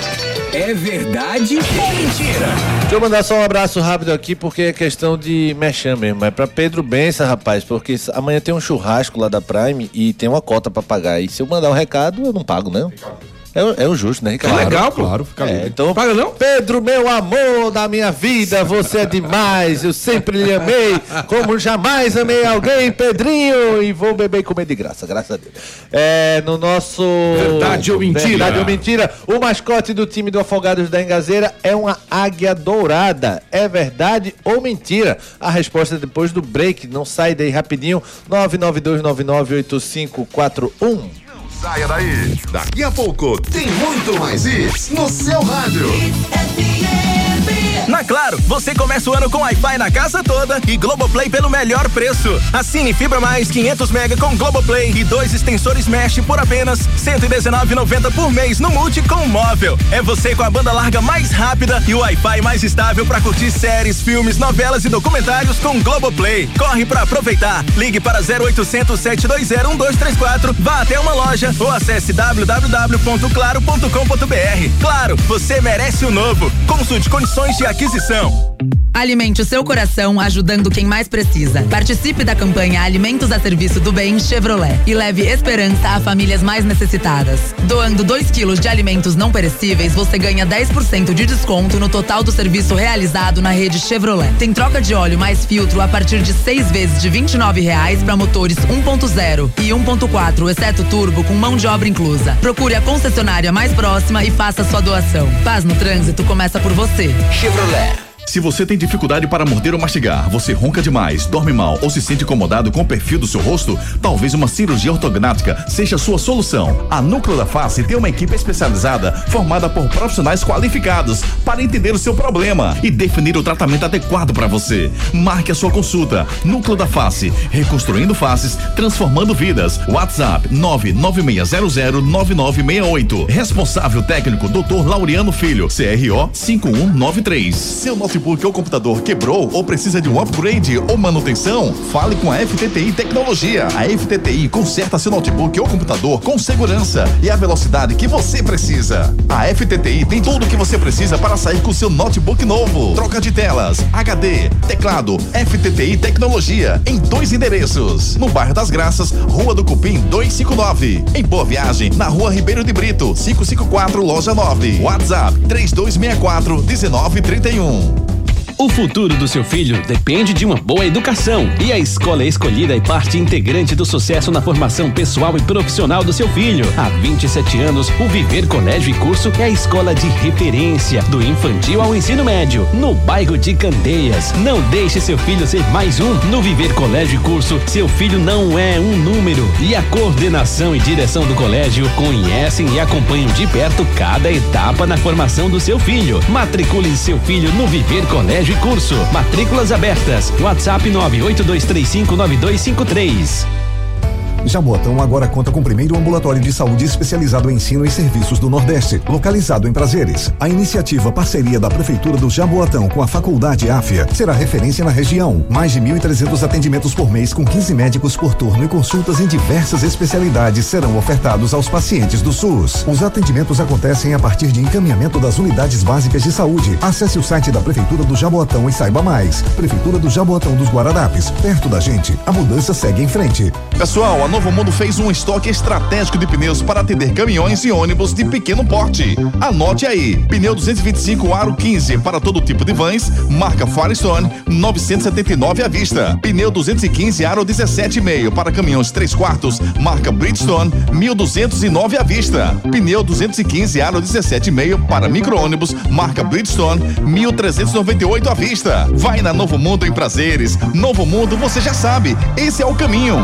É verdade ou mentira? Deixa eu mandar só um abraço rápido aqui, porque é questão de merchan mesmo. É pra Pedro Bença, rapaz, porque amanhã tem um churrasco lá da Prime e tem uma cota pra pagar. E se eu mandar um recado, eu não pago, não. É, é o justo, né, Ricardo? Claro, legal, pô. Claro, fica é, livre. então, paga não? Pedro, meu amor da minha vida, você é demais. Eu sempre lhe amei, como jamais amei alguém, Pedrinho. E vou beber e comer de graça, graças a Deus. É, no nosso... Verdade ou mentira? Verdade ou mentira? O mascote do time do Afogados da Engazeira é uma águia dourada. É verdade ou mentira? A resposta é depois do break. Não sai daí rapidinho. nove nove dois nove nove oito cinco quatro um. Saia daí. Daqui a pouco tem muito mais isso no seu rádio. Na Claro, você começa o ano com Wi-Fi na casa toda e Globoplay pelo melhor preço. Assine Fibra Mais quinhentos mega com Globoplay e dois extensores Mesh por apenas cento e dezenove reais e noventa centavos por mês no Multi com móvel. É você com a banda larga mais rápida e o Wi-Fi mais estável para curtir séries, filmes, novelas e documentários com Globoplay. Corre para aproveitar. Ligue para zero oitocentos, sete dois zero, um dois três quatro, vá até uma loja ou acesse w w w ponto claro ponto com ponto b r. Claro, você merece o novo. Consulte condições de aquisição. Alimente o seu coração ajudando quem mais precisa. Participe da campanha Alimentos a Serviço do Bem Chevrolet e leve esperança a famílias mais necessitadas. Doando dois quilos de alimentos não perecíveis, você ganha dez por cento de desconto no total do serviço realizado na rede Chevrolet. Tem troca de óleo mais filtro a partir de seis vezes de vinte e nove reais para motores um ponto zero e um ponto quatro, exceto turbo, com mão de obra inclusa. Procure a concessionária mais próxima e faça sua doação. Paz no trânsito começa por você. Chevrolet. Se você tem dificuldade para morder ou mastigar, você ronca demais, dorme mal ou se sente incomodado com o perfil do seu rosto, talvez uma cirurgia ortognática seja a sua solução. A Núcleo da Face tem uma equipe especializada formada por profissionais qualificados para entender o seu problema e definir o tratamento adequado para você. Marque a sua consulta. Núcleo da Face, reconstruindo faces, transformando vidas. WhatsApp nove nove seis zero zero nove nove seis oito. Responsável técnico doutor Laureano Filho, C R O cinco um nove três. Seu novo notebook ou computador quebrou ou precisa de um upgrade ou manutenção? Fale com a F T T I Tecnologia. A F T T I conserta seu notebook ou computador com segurança e a velocidade que você precisa. A F T T I tem tudo o que você precisa para sair com seu notebook novo. Troca de telas, H D, teclado, F T T I Tecnologia em dois endereços. No bairro das Graças, Rua do Cupim duzentos e cinquenta e nove. Em Boa Viagem, na Rua Ribeiro de Brito, quinhentos e cinquenta e quatro, loja nove. WhatsApp três dois seis quatro, um nove três um. O futuro do seu filho depende de uma boa educação e a escola escolhida é parte integrante do sucesso na formação pessoal e profissional do seu filho. Há vinte e sete anos, o Viver Colégio e Curso é a escola de referência do infantil ao ensino médio, no bairro de Candeias. Não deixe seu filho ser mais um. No Viver Colégio e Curso, seu filho não é um número e a coordenação e direção do colégio conhecem e acompanham de perto cada etapa na formação do seu filho. Matricule seu filho no Viver Colégio e Curso. Matrículas abertas. WhatsApp nove oito dois três cinco nove dois cinco três. Jaboatão agora conta com o primeiro ambulatório de saúde especializado em ensino e serviços do Nordeste, localizado em Prazeres. A iniciativa parceria da Prefeitura do Jaboatão com a Faculdade Áfia será referência na região. Mais de mil e trezentos atendimentos por mês com quinze médicos por turno e consultas em diversas especialidades serão ofertados aos pacientes do SUS. Os atendimentos acontecem a partir de encaminhamento das unidades básicas de saúde. Acesse o site da Prefeitura do Jaboatão e saiba mais. Prefeitura do Jaboatão dos Guararapes, perto da gente. A mudança segue em frente. Pessoal, a Novo Mundo fez um estoque estratégico de pneus para atender caminhões e ônibus de pequeno porte. Anote aí, pneu duzentos e vinte e cinco aro quinze para todo tipo de vans, marca Firestone, novecentos e setenta e nove à vista. Pneu duzentos e quinze aro dezessete e meio para caminhões três quartos, marca Bridgestone, mil duzentos e nove à vista. Pneu duzentos e quinze aro dezessete e meio para micro-ônibus, marca Bridgestone, mil trezentos e noventa e oito à vista. Vai na Novo Mundo em Prazeres. Novo Mundo, você já sabe, esse é o caminho.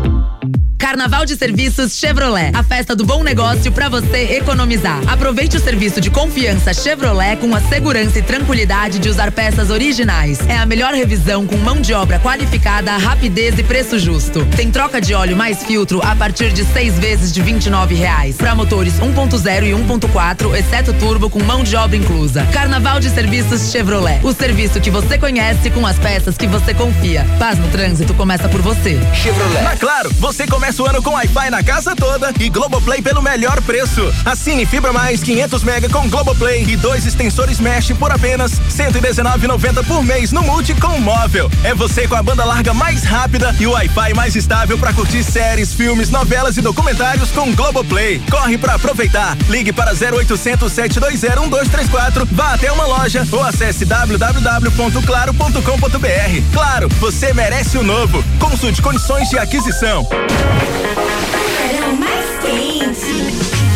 Carnaval de Serviços Chevrolet, a festa do bom negócio para você economizar. Aproveite o serviço de confiança Chevrolet com a segurança e tranquilidade de usar peças originais. É a melhor revisão com mão de obra qualificada, rapidez e preço justo. Tem troca de óleo mais filtro a partir de seis vezes de vinte e nove reais. Para motores um ponto zero e um ponto quatro, exceto turbo com mão de obra inclusa. Carnaval de Serviços Chevrolet, o serviço que você conhece com as peças que você confia. Paz no trânsito começa por você. Chevrolet. Na Claro, você começa o ano com Wi-Fi na casa toda e Globoplay pelo melhor preço. Assine Fibra Mais quinhentos mega com Globoplay e dois extensores Mesh por apenas cento e dezenove reais e noventa centavos por mês no Multi com móvel. É você com a banda larga mais rápida e o Wi-Fi mais estável para curtir séries, filmes, novelas e documentários com Globoplay. Corre para aproveitar. Ligue para zero oitocentos, sete dois zero, um dois três quatro, vá até uma loja ou acesse w w w ponto claro ponto com ponto b r. Claro, você merece o novo. Consulte condições de aquisição. Verão mais quente.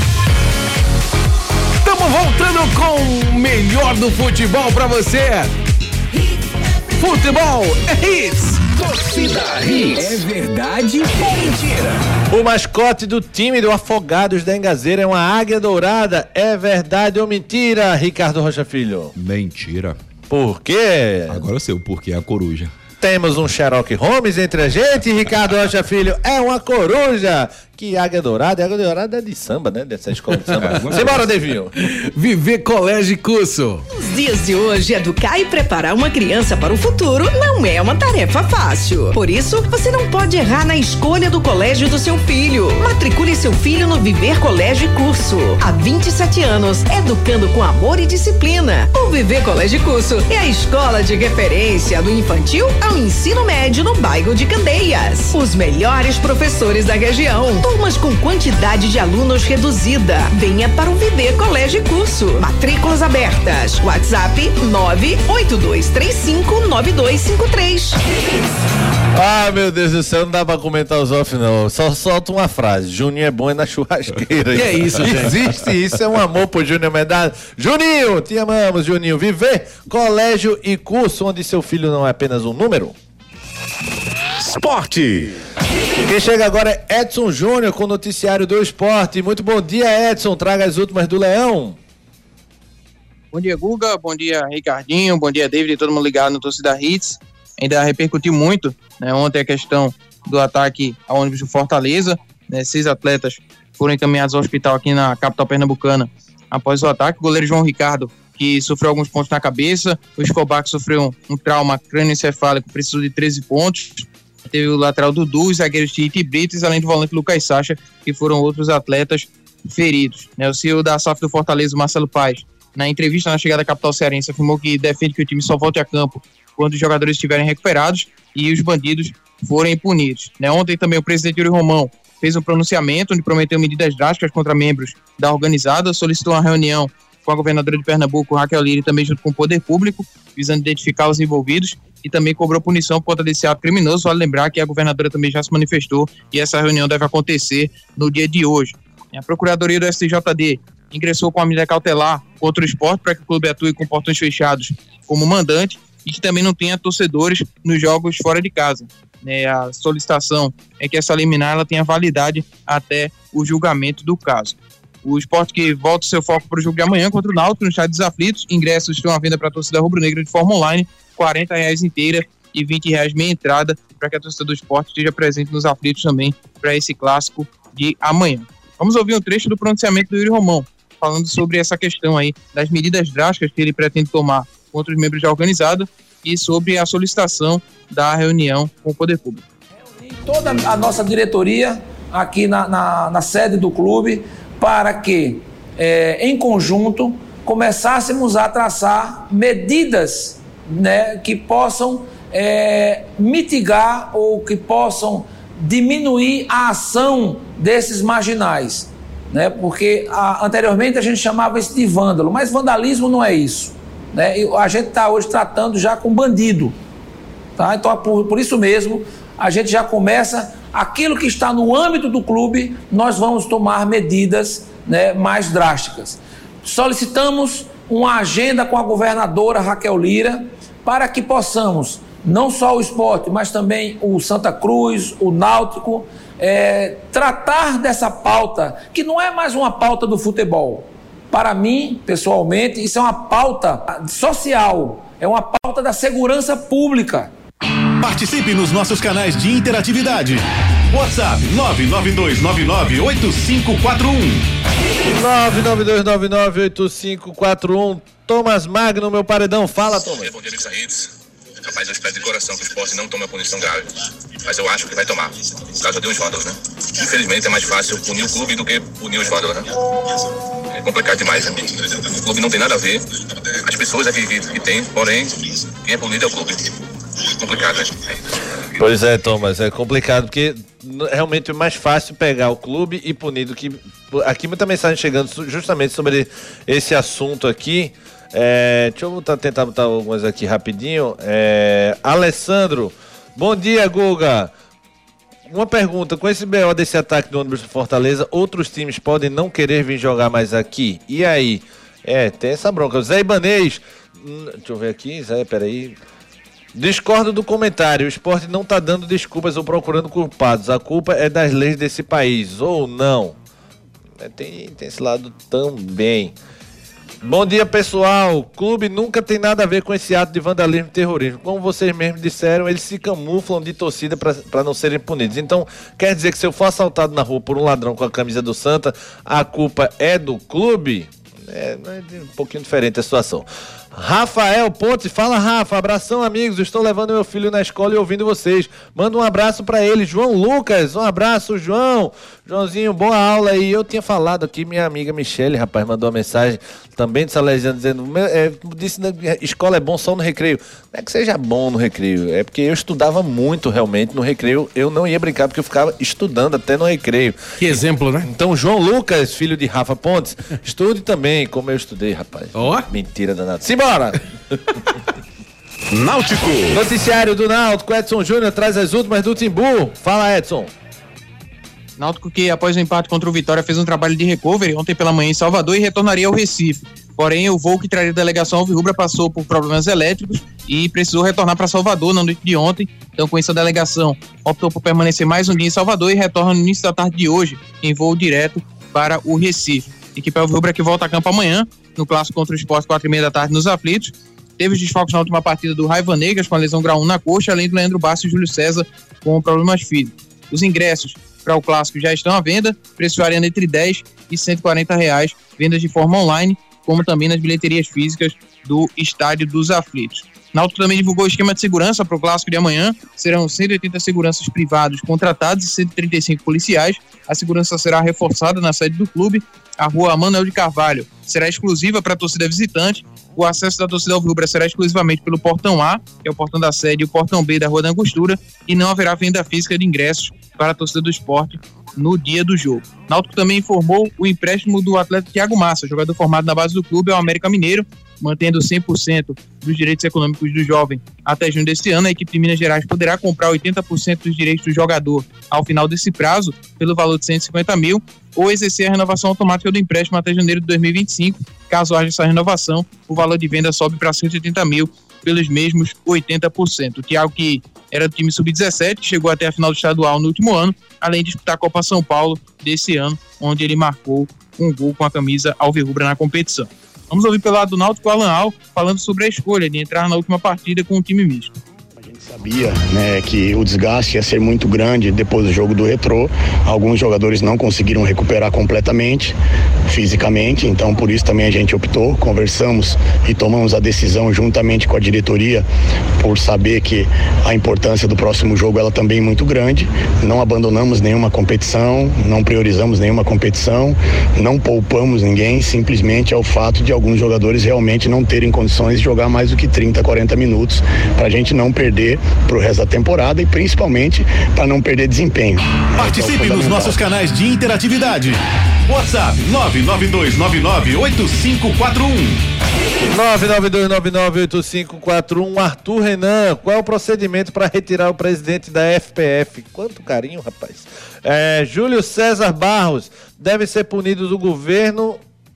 Estamos voltando com o melhor do futebol pra você. Futebol é Hits. Torcida Hits. É verdade ou mentira? O mascote do time do Afogados da Engazeira é uma águia dourada. É verdade ou mentira, Ricardo Rocha Filho? Mentira. Por quê? Agora eu sei o porquê, é a coruja. Temos um Sherlock Holmes entre a gente, Ricardo Rocha Filho. É uma coruja. Que águia dourada, águia dourada é de samba, né? Dessa escola de samba. Simbora, Devinho. Viver Colégio e Curso. Nos dias de hoje, educar e preparar uma criança para o futuro não é uma tarefa fácil. Por isso, você não pode errar na escolha do colégio do seu filho. Matricule seu filho no Viver Colégio e Curso. Há vinte e sete anos, educando com amor e disciplina. O Viver Colégio e Curso é a escola de referência do infantil ao ensino médio no bairro de Candeias. Os melhores professores da região. Turmas com quantidade de alunos reduzida. Venha para o Viver Colégio e Curso. Matrículas abertas. WhatsApp nove oito dois três cinco nove dois cinco três. Ah, meu Deus do céu, não dá pra comentar os off, não. Só solta uma frase. Juninho é bom é na churrasqueira. Que é isso, gente? Existe isso, é um amor pro Júnior Medalha. Juninho, te amamos, Juninho. Viver Colégio e Curso, onde seu filho não é apenas um número. Esporte. Quem chega agora é Edson Júnior com o noticiário do esporte. Muito bom dia, Edson. Traga as últimas do Leão. Bom dia, Guga. Bom dia, Ricardinho. Bom dia, David e todo mundo ligado no Torcida Hits. Ainda repercutiu muito, né, ontem a questão do ataque ao ônibus do Fortaleza. Né, seis atletas foram encaminhados ao hospital aqui na capital pernambucana após o ataque. O goleiro João Ricardo, que sofreu alguns pontos na cabeça, o Escobar, que sofreu um, um trauma crânioencefálico, precisou de treze pontos, teve o lateral Dudu, os zagueiros Tite e Brites, além do volante Lucas Sacha, que foram outros atletas feridos. Né, o C E O da S A F do Fortaleza, Marcelo Paes, na entrevista na chegada da capital cearense, afirmou que defende que o time só volte a campo quando os jogadores estiverem recuperados e os bandidos forem punidos. Né, ontem também o presidente Yuri Romão fez um pronunciamento onde prometeu medidas drásticas contra membros da organizada, solicitou uma reunião com a governadora de Pernambuco, Raquel Lira, também junto com o poder público, visando identificar os envolvidos, e também cobrou punição por conta desse ato criminoso. Vale lembrar que a governadora também já se manifestou e essa reunião deve acontecer no dia de hoje. A Procuradoria do S T J D ingressou com a medida cautelar contra o Sport para que o clube atue com portões fechados como mandante e que também não tenha torcedores nos jogos fora de casa. É, a solicitação é que essa liminar ela tenha validade até o julgamento do caso. O Sport que volta o seu foco para o jogo de amanhã contra o Náutico no Estádio dos Aflitos. Ingressos estão à venda para a torcida rubro-negra de forma online, quarenta reais inteira e vinte reais meia entrada, para que a torcida do Sport esteja presente nos Aflitos também para esse clássico de amanhã. Vamos ouvir um trecho do pronunciamento do Yuri Romão, falando sobre essa questão aí das medidas drásticas que ele pretende tomar contra os membros da organizada e sobre a solicitação da reunião com o poder público. Toda a nossa diretoria aqui na, na, na sede do clube para que, é, em conjunto, começássemos a traçar medidas, né, que possam é, mitigar ou que possam diminuir a ação desses marginais, né? Porque a, anteriormente a gente chamava isso de vândalo, mas vandalismo não é isso, né? E a gente está hoje tratando já com bandido, tá? Então por, por isso mesmo a gente já começa aquilo que está no âmbito do clube, nós vamos tomar medidas, né, mais drásticas. Solicitamos uma agenda com a governadora Raquel Lira para que possamos, não só o Sport, mas também o Santa Cruz, o Náutico, é, tratar dessa pauta, que não é mais uma pauta do futebol. Para mim, pessoalmente, isso é uma pauta social, é uma pauta da segurança pública. Participe nos nossos canais de interatividade. WhatsApp nove nove dois nove nove oito cinco quatro um. nove nove dois nove nove oito cinco quatro um. Thomas Magno, meu paredão, fala, Thomas. Bom dia, amigos da Hits. Rapaz, eu espero de coração que o Sport não tome uma punição grave, mas eu acho que vai tomar, por causa de uns vândalos, né? Infelizmente é mais fácil punir o clube do que punir os vândalos, né? É complicado demais, né? O clube não tem nada a ver, as pessoas é que, que, que tem, porém, quem é punido é o clube. Complicado, né? Pois é, Thomas, é complicado porque realmente é mais fácil pegar o clube e punir do que... Aqui muita mensagem chegando justamente sobre esse assunto aqui. É, deixa eu botar, tentar botar algumas aqui rapidinho. É, Alessandro, bom dia, Guga. Uma pergunta, com esse B O desse ataque do ônibus do Fortaleza, outros times podem não querer vir jogar mais aqui? E aí? É, tem essa bronca. Zé Ibanez, deixa eu ver aqui, Zé, peraí. Discordo do comentário, o Sport não tá dando desculpas ou procurando culpados, a culpa é das leis desse país, ou não? É, tem, tem esse lado também. Bom dia, pessoal. O clube nunca tem nada a ver com esse ato de vandalismo e terrorismo. Como vocês mesmos disseram, eles se camuflam de torcida para não serem punidos. Então, quer dizer que se eu for assaltado na rua por um ladrão com a camisa do Santa, a culpa é do clube? É, é um pouquinho diferente a situação. Rafael Pontes, fala, Rafa, abração, amigos, estou levando meu filho na escola e ouvindo vocês, manda um abraço para ele. João Lucas, um abraço, João. Joãozinho, boa aula aí. Eu tinha falado aqui, minha amiga Michele, rapaz, mandou uma mensagem também de Salesiano dizendo, é, disse, escola é bom só no recreio. Não é que seja bom no recreio, é porque eu estudava muito realmente no recreio, eu não ia brincar porque eu ficava estudando até no recreio. Que exemplo, né? Então, João Lucas, filho de Rafa Pontes, estude também como eu estudei, rapaz. Ó. Oh. Mentira danada. Simbora! Náutico. Noticiário do Náutico, Edson Júnior traz as últimas do Timbu. Fala, Edson. Náutico que após o empate contra o Vitória fez um trabalho de recovery ontem pela manhã em Salvador e retornaria ao Recife. Porém, o voo que traria a delegação alvirrubra passou por problemas elétricos e precisou retornar para Salvador na noite de ontem. Então, com isso, a delegação optou por permanecer mais um dia em Salvador e retorna no início da tarde de hoje em voo direto para o Recife. A equipe alvirrubra que volta a campo amanhã no clássico contra o Sport, quatro e meia da tarde nos Aflitos. Teve os desfalques na última partida do Raiva Negras com a lesão grau um na coxa, além do Leandro Bastos e Júlio César com problemas físicos. Os ingressos para o clássico já estão à venda, preço variando entre dez e cento e quarenta reais, vendas de forma online, como também nas bilheterias físicas do Estádio dos Aflitos. Náutico também divulgou o esquema de segurança para o clássico de amanhã. Serão cento e oitenta seguranças privados contratados e cento e trinta e cinco policiais. A segurança será reforçada na sede do clube. A rua Manuel de Carvalho será exclusiva para a torcida visitante. O acesso da torcida alvirrubra será exclusivamente pelo portão A, que é o portão da sede, e o portão B da Rua da Angostura, e não haverá venda física de ingressos para a torcida do Sport no dia do jogo. Náutico também informou o empréstimo do atleta Thiago Massa, jogador formado na base do clube ao América Mineiro, mantendo cem por cento dos direitos econômicos do jovem até junho deste ano. A equipe de Minas Gerais poderá comprar oitenta por cento dos direitos do jogador ao final desse prazo, pelo valor de cento e cinquenta mil, ou exercer a renovação automática do empréstimo até janeiro de dois mil e vinte e cinco. Caso haja essa renovação, o valor de venda sobe para cento e oitenta mil pelos mesmos oitenta por cento. O Thiago, que era do time sub dezessete, chegou até a final do estadual no último ano, além de disputar a Copa São Paulo desse ano, onde ele marcou um gol com a camisa alvirrubra na competição. Vamos ouvir pelo lado do Náutico o Alan Al falando sobre a escolha de entrar na última partida com um time misto. Sabia, né, que o desgaste ia ser muito grande depois do jogo do Retrô. Alguns jogadores não conseguiram recuperar completamente fisicamente, então por isso também a gente optou, conversamos e tomamos a decisão juntamente com a diretoria, por saber que a importância do próximo jogo ela também é muito grande. Não abandonamos nenhuma competição, não priorizamos nenhuma competição, não poupamos ninguém, simplesmente é o fato de alguns jogadores realmente não terem condições de jogar mais do que trinta, quarenta minutos, para a gente não perder para o resto da temporada e principalmente para não perder desempenho. Participe é nos nossos canais de interatividade. WhatsApp nove nove dois nove nove oito cinco quatro um. nove nove dois nove nove oito cinco quatro um. Arthur Renan, qual é o procedimento para retirar o presidente da F P F? Quanto carinho, rapaz. É, Júlio César Barros, deve ser punido o governo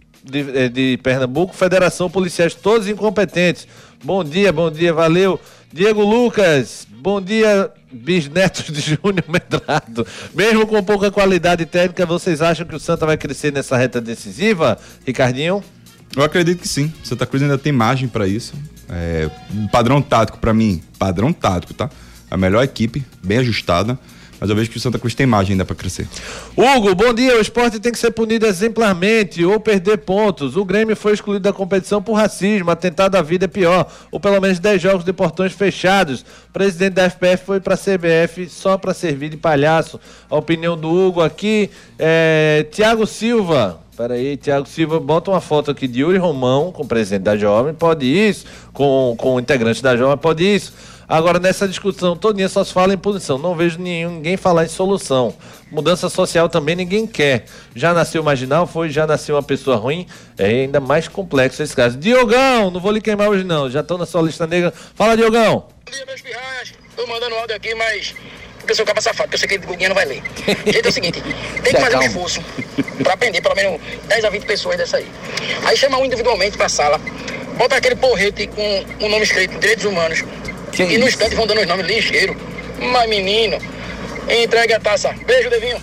de, de Pernambuco, Federação, policiais todos incompetentes. Bom dia, bom dia, valeu. Diego Lucas, bom dia, bisnetos de Júnior Medrado. Mesmo com pouca qualidade técnica, vocês acham que o Santa vai crescer nessa reta decisiva, Ricardinho? Eu acredito que sim. Santa Cruz ainda tem margem para isso. É, um padrão tático para mim, padrão tático, tá? A melhor equipe, bem ajustada. Mas eu vejo que o Santa Cruz tem margem ainda para crescer. Hugo, bom dia. O Sport tem que ser punido exemplarmente ou perder pontos. O Grêmio foi excluído da competição por racismo. Atentado à vida é pior. Ou pelo menos dez jogos de portões fechados. O presidente da F P F foi para a C B F só para servir de palhaço. A opinião do Hugo aqui. É... Tiago Silva. Peraí, Tiago Silva, bota uma foto aqui de Yuri Romão com o presidente da Jovem. Pode isso. Com, com o integrante da Jovem. Pode isso. Agora, nessa discussão todinha só se fala em punição. Não vejo nenhum, ninguém falar em solução. Mudança social também ninguém quer. Já nasceu marginal, foi, já nasceu uma pessoa ruim. É ainda mais complexo esse caso. Diogão, não vou lhe queimar hoje não. Já estão na sua lista negra. Fala, Diogão. Bom dia, meus pirrais. Tô mandando áudio aqui, mas... porque eu sou capa safado, porque eu sei que o Guguinha não vai ler. O jeito é o seguinte, tem que fazer um esforço pra aprender pelo menos dez a vinte pessoas dessa aí. Aí chama um individualmente pra sala, bota aquele porrete com o nome escrito, Direitos Humanos, que e no instante vão dando os nomes ligeiro. Mas menino, entregue a taça. Beijo, Devinho.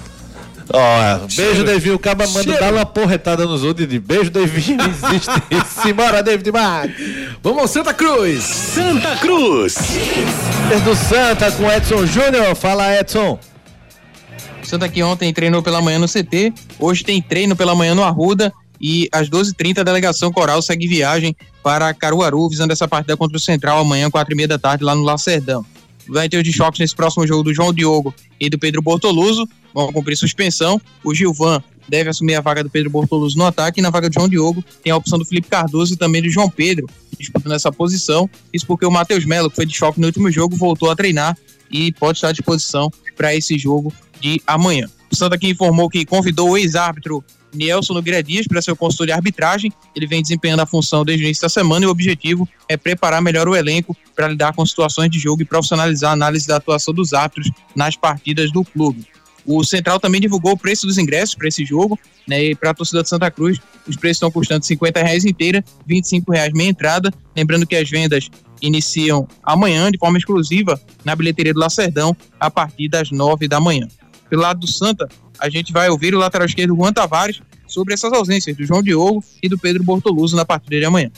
Ó, oh, beijo, Devinho. O cara manda dar uma porretada nos outros de beijo, Devinho. Não existe isso. Simbora, David Marques. Vamos ao Santa Cruz. Santa Cruz. Do Santa com Edson Júnior. Fala, Edson. O Santa que ontem treinou pela manhã no C T. Hoje tem treino pela manhã no Arruda. E às doze e trinta a delegação Coral segue viagem para Caruaru, visando essa partida contra o Central amanhã, quatro e meia da tarde, lá no Lacerdão. Vai ter os desfalques nesse próximo jogo do João Diogo e do Pedro Bortoluso, vão cumprir suspensão. O Gilvan deve assumir a vaga do Pedro Bortoluso no ataque, e na vaga do João Diogo tem a opção do Felipe Cardoso e também do João Pedro, disputando essa posição. Isso porque o Matheus Melo, que foi desfalque no último jogo, voltou a treinar e pode estar à disposição para esse jogo de amanhã. O Santa aqui informou que convidou o ex-árbitro Nielson Nogueira Dias para ser o consultor de arbitragem. Ele vem desempenhando a função desde o início da semana e o objetivo é preparar melhor o elenco para lidar com situações de jogo e profissionalizar a análise da atuação dos árbitros nas partidas do clube. O Central também divulgou o preço dos ingressos para esse jogo, né, e para a torcida de Santa Cruz, os preços estão custando cinquenta reais inteira, vinte e cinco reais meia entrada. Lembrando que as vendas iniciam amanhã de forma exclusiva na bilheteria do Lacerdão a partir das nove da manhã. Pelo lado do Santa, a gente vai ouvir o lateral esquerdo Juan Tavares sobre essas ausências do João Diogo e do Pedro Bortoluso na partida de amanhã.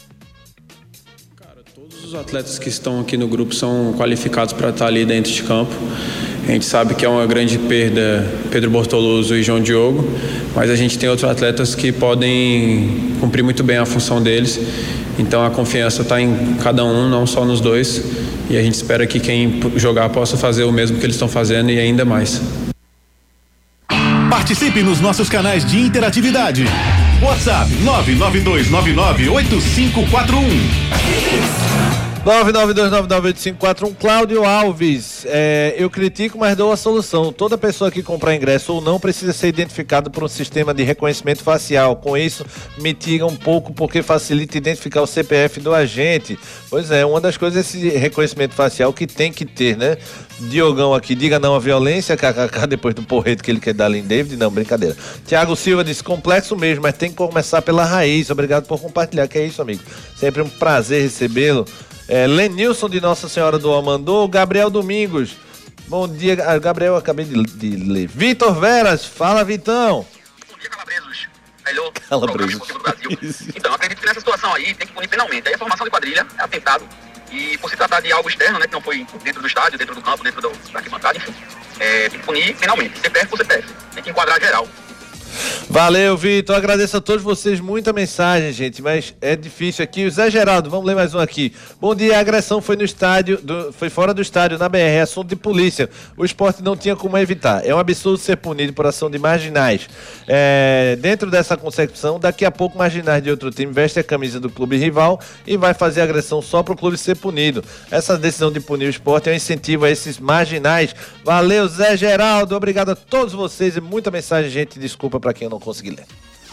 Cara, todos os atletas que estão aqui no grupo são qualificados para estar ali dentro de campo. A gente sabe que é uma grande perda Pedro Bortoloso e João Diogo, mas a gente tem outros atletas que podem cumprir muito bem a função deles. Então a confiança está em cada um, não só nos dois, e a gente espera que quem jogar possa fazer o mesmo que eles estão fazendo e ainda mais. Participe nos nossos canais de interatividade. WhatsApp nove nove dois nove nove oito cinco quatro um. nove nove dois nove nove oito cinco quatro um. Cláudio Alves, é, eu critico, mas dou a solução. Toda pessoa que comprar ingresso ou não precisa ser identificado por um sistema de reconhecimento facial. Com isso, mitiga um pouco porque facilita identificar o C P F do agente. Pois é, uma das coisas é esse reconhecimento facial que tem que ter, né? Diogão aqui, diga não à violência, kkk, depois do porreto que ele quer dar ali em David. Não, brincadeira. Tiago Silva disse, complexo mesmo, mas tem que começar pela raiz. Obrigado por compartilhar, que é isso, amigo. Sempre um prazer recebê-lo. É, Lenilson de Nossa Senhora do Amandô, Gabriel Domingos. Bom dia, Gabriel, eu acabei de, de ler. Vitor Veras, fala, Vitão. Bom dia, Calabresos. Melhor Calabresos. programa esportivo do Brasil. Então, acredito que nessa situação aí tem que punir penalmente. Aí a formação de quadrilha é atentado. E por se tratar de algo externo, né, que não foi dentro do estádio, dentro do campo, dentro do, da arquibancada, enfim, é, tem que punir penalmente. C P F por C P F. Tem que enquadrar geral. Valeu, Vitor. Agradeço a todos vocês. Muita mensagem, gente, mas é difícil aqui. O Zé Geraldo, vamos ler mais um aqui. Bom dia, a agressão foi no estádio, do, foi fora do estádio, na B R, é assunto de polícia. O esporte não tinha como evitar. É um absurdo ser punido por ação de marginais. É, dentro dessa concepção, daqui a pouco marginais de outro time vestem a camisa do clube rival e vai fazer agressão só para o clube ser punido. Essa decisão de punir o esporte é um incentivo a esses marginais. Valeu, Zé Geraldo. Obrigado a todos vocês e muita mensagem, gente. Desculpa para quem eu não consegui ler.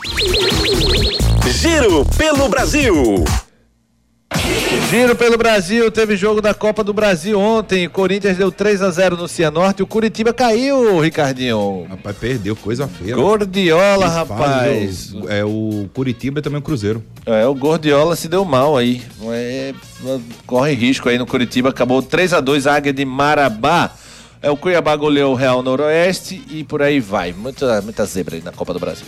Giro pelo Brasil. Giro pelo Brasil, teve jogo da Copa do Brasil ontem, o Corinthians deu três a zero no Cianorte, o Curitiba caiu, Ricardinho. Rapaz, perdeu, coisa feia. Gordiola, rapaz. O, é o Curitiba e também o Cruzeiro. É, o Gordiola se deu mal aí, é, corre risco aí no Curitiba, acabou três a dois, Águia de Marabá. É, o Cuiabá goleou o Real Noroeste e por aí vai, muita, muita zebra aí na Copa do Brasil.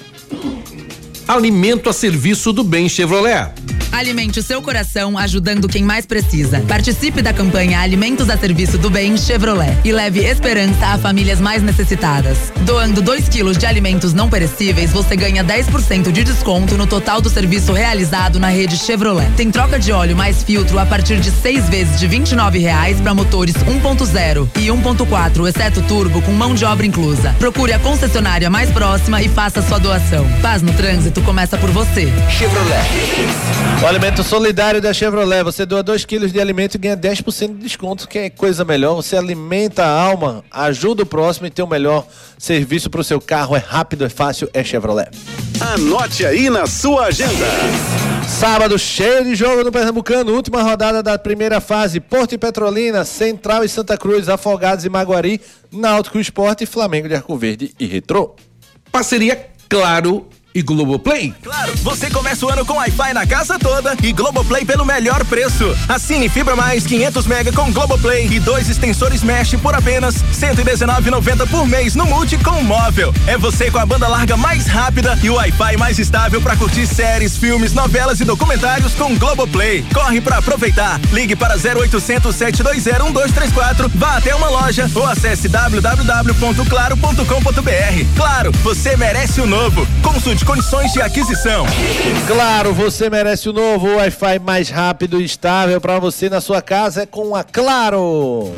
Alimento a serviço do Bem Chevrolet. Alimente o seu coração ajudando quem mais precisa. Participe da campanha Alimentos a Serviço do Bem Chevrolet e leve esperança a famílias mais necessitadas. Doando dois quilos de alimentos não perecíveis, você ganha dez por cento de desconto no total do serviço realizado na rede Chevrolet. Tem troca de óleo mais filtro a partir de seis vezes de vinte e nove reais para motores um ponto zero e um ponto quatro, exceto turbo, com mão de obra inclusa. Procure a concessionária mais próxima e faça sua doação. Paz no trânsito começa por você. Chevrolet. O alimento solidário da Chevrolet, você doa dois quilos de alimento e ganha dez por cento de desconto, que é coisa melhor. Você alimenta a alma, ajuda o próximo e tem o melhor serviço para o seu carro. É rápido, é fácil, é Chevrolet. Anote aí na sua agenda. Sábado, cheio de jogo no Pernambucano, última rodada da primeira fase. Porto e Petrolina, Central e Santa Cruz, Afogados e Maguari, Náutico, Esporte, Flamengo de Arco Verde e Retrô. Parceria Claro e Globoplay. Claro, você começa o ano com Wi-Fi na casa toda e Globoplay pelo melhor preço. Assine Fibra Mais quinhentos mega com Globoplay e dois extensores Mesh por apenas cento e dezenove reais e noventa centavos por mês no Multi com móvel. É você com a banda larga mais rápida e o Wi-Fi mais estável para curtir séries, filmes, novelas e documentários com Globoplay. Corre para aproveitar. Ligue para zero oitocentos, sete dois zero, um dois três quatro, vá até uma loja ou acesse w w w ponto claro ponto com ponto b r. Claro, você merece o novo. Consulte condições de aquisição. Claro, você merece o novo Wi-Fi mais rápido e estável para você na sua casa, é com a Claro.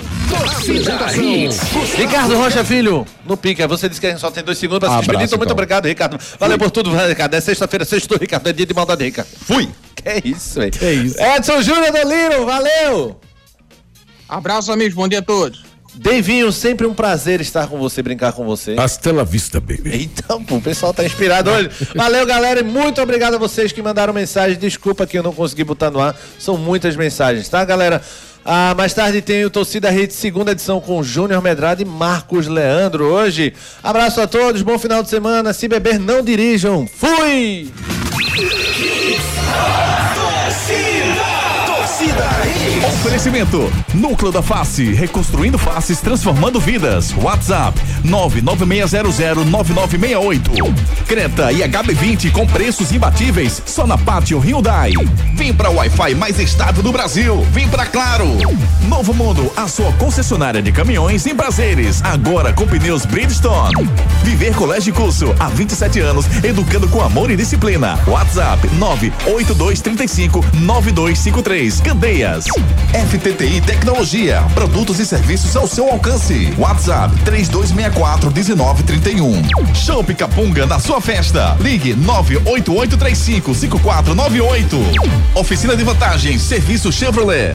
Ricardo Rocha Filho, no pica, você disse que a gente só tem dois segundos para se despedir, então muito obrigado, Ricardo. Valeu Fui. por tudo, Ricardo. É sexta-feira, sextou, Ricardo, é dia de maldade, Ricardo. Fui. Que é isso, velho. Que é isso. Edson Júnior Deliro, valeu. Abraço, amigos, bom dia a todos. Devinho, sempre um prazer estar com você, brincar com você. Hasta la vista, baby. Então, pô, o pessoal tá inspirado hoje. Valeu, galera, e muito obrigado a vocês que mandaram mensagem. Desculpa que eu não consegui botar no ar, são muitas mensagens, tá, galera? Ah, mais tarde tem o Torcida Hits, segunda edição com Júnior Medrado e Marcos Leandro hoje. Abraço a todos, bom final de semana. Se beber, não dirijam. Fui! Torcida Hits. Oferecimento Núcleo da Face, reconstruindo faces, transformando vidas. WhatsApp nove nove seis zero zero nove nove seis oito. Creta e H B vinte com preços imbatíveis só na Pátio Hyundai. Vem pra Wi-Fi mais estável do Brasil. Vem pra Claro. Novo Mundo, a sua concessionária de caminhões em prazeres. Agora com pneus Bridgestone. Viver Colégio e Curso, há vinte e sete anos, educando com amor e disciplina. WhatsApp nove oito dois três cinco nove dois cinco três. Candeias. F T T I Tecnologia, produtos e serviços ao seu alcance. WhatsApp três dois seis quatro um nove três um. Show Picapunga na sua festa. Ligue nove oito oito três cinco cinco quatro nove oito. Oficina de Vantagens, Serviço Chevrolet.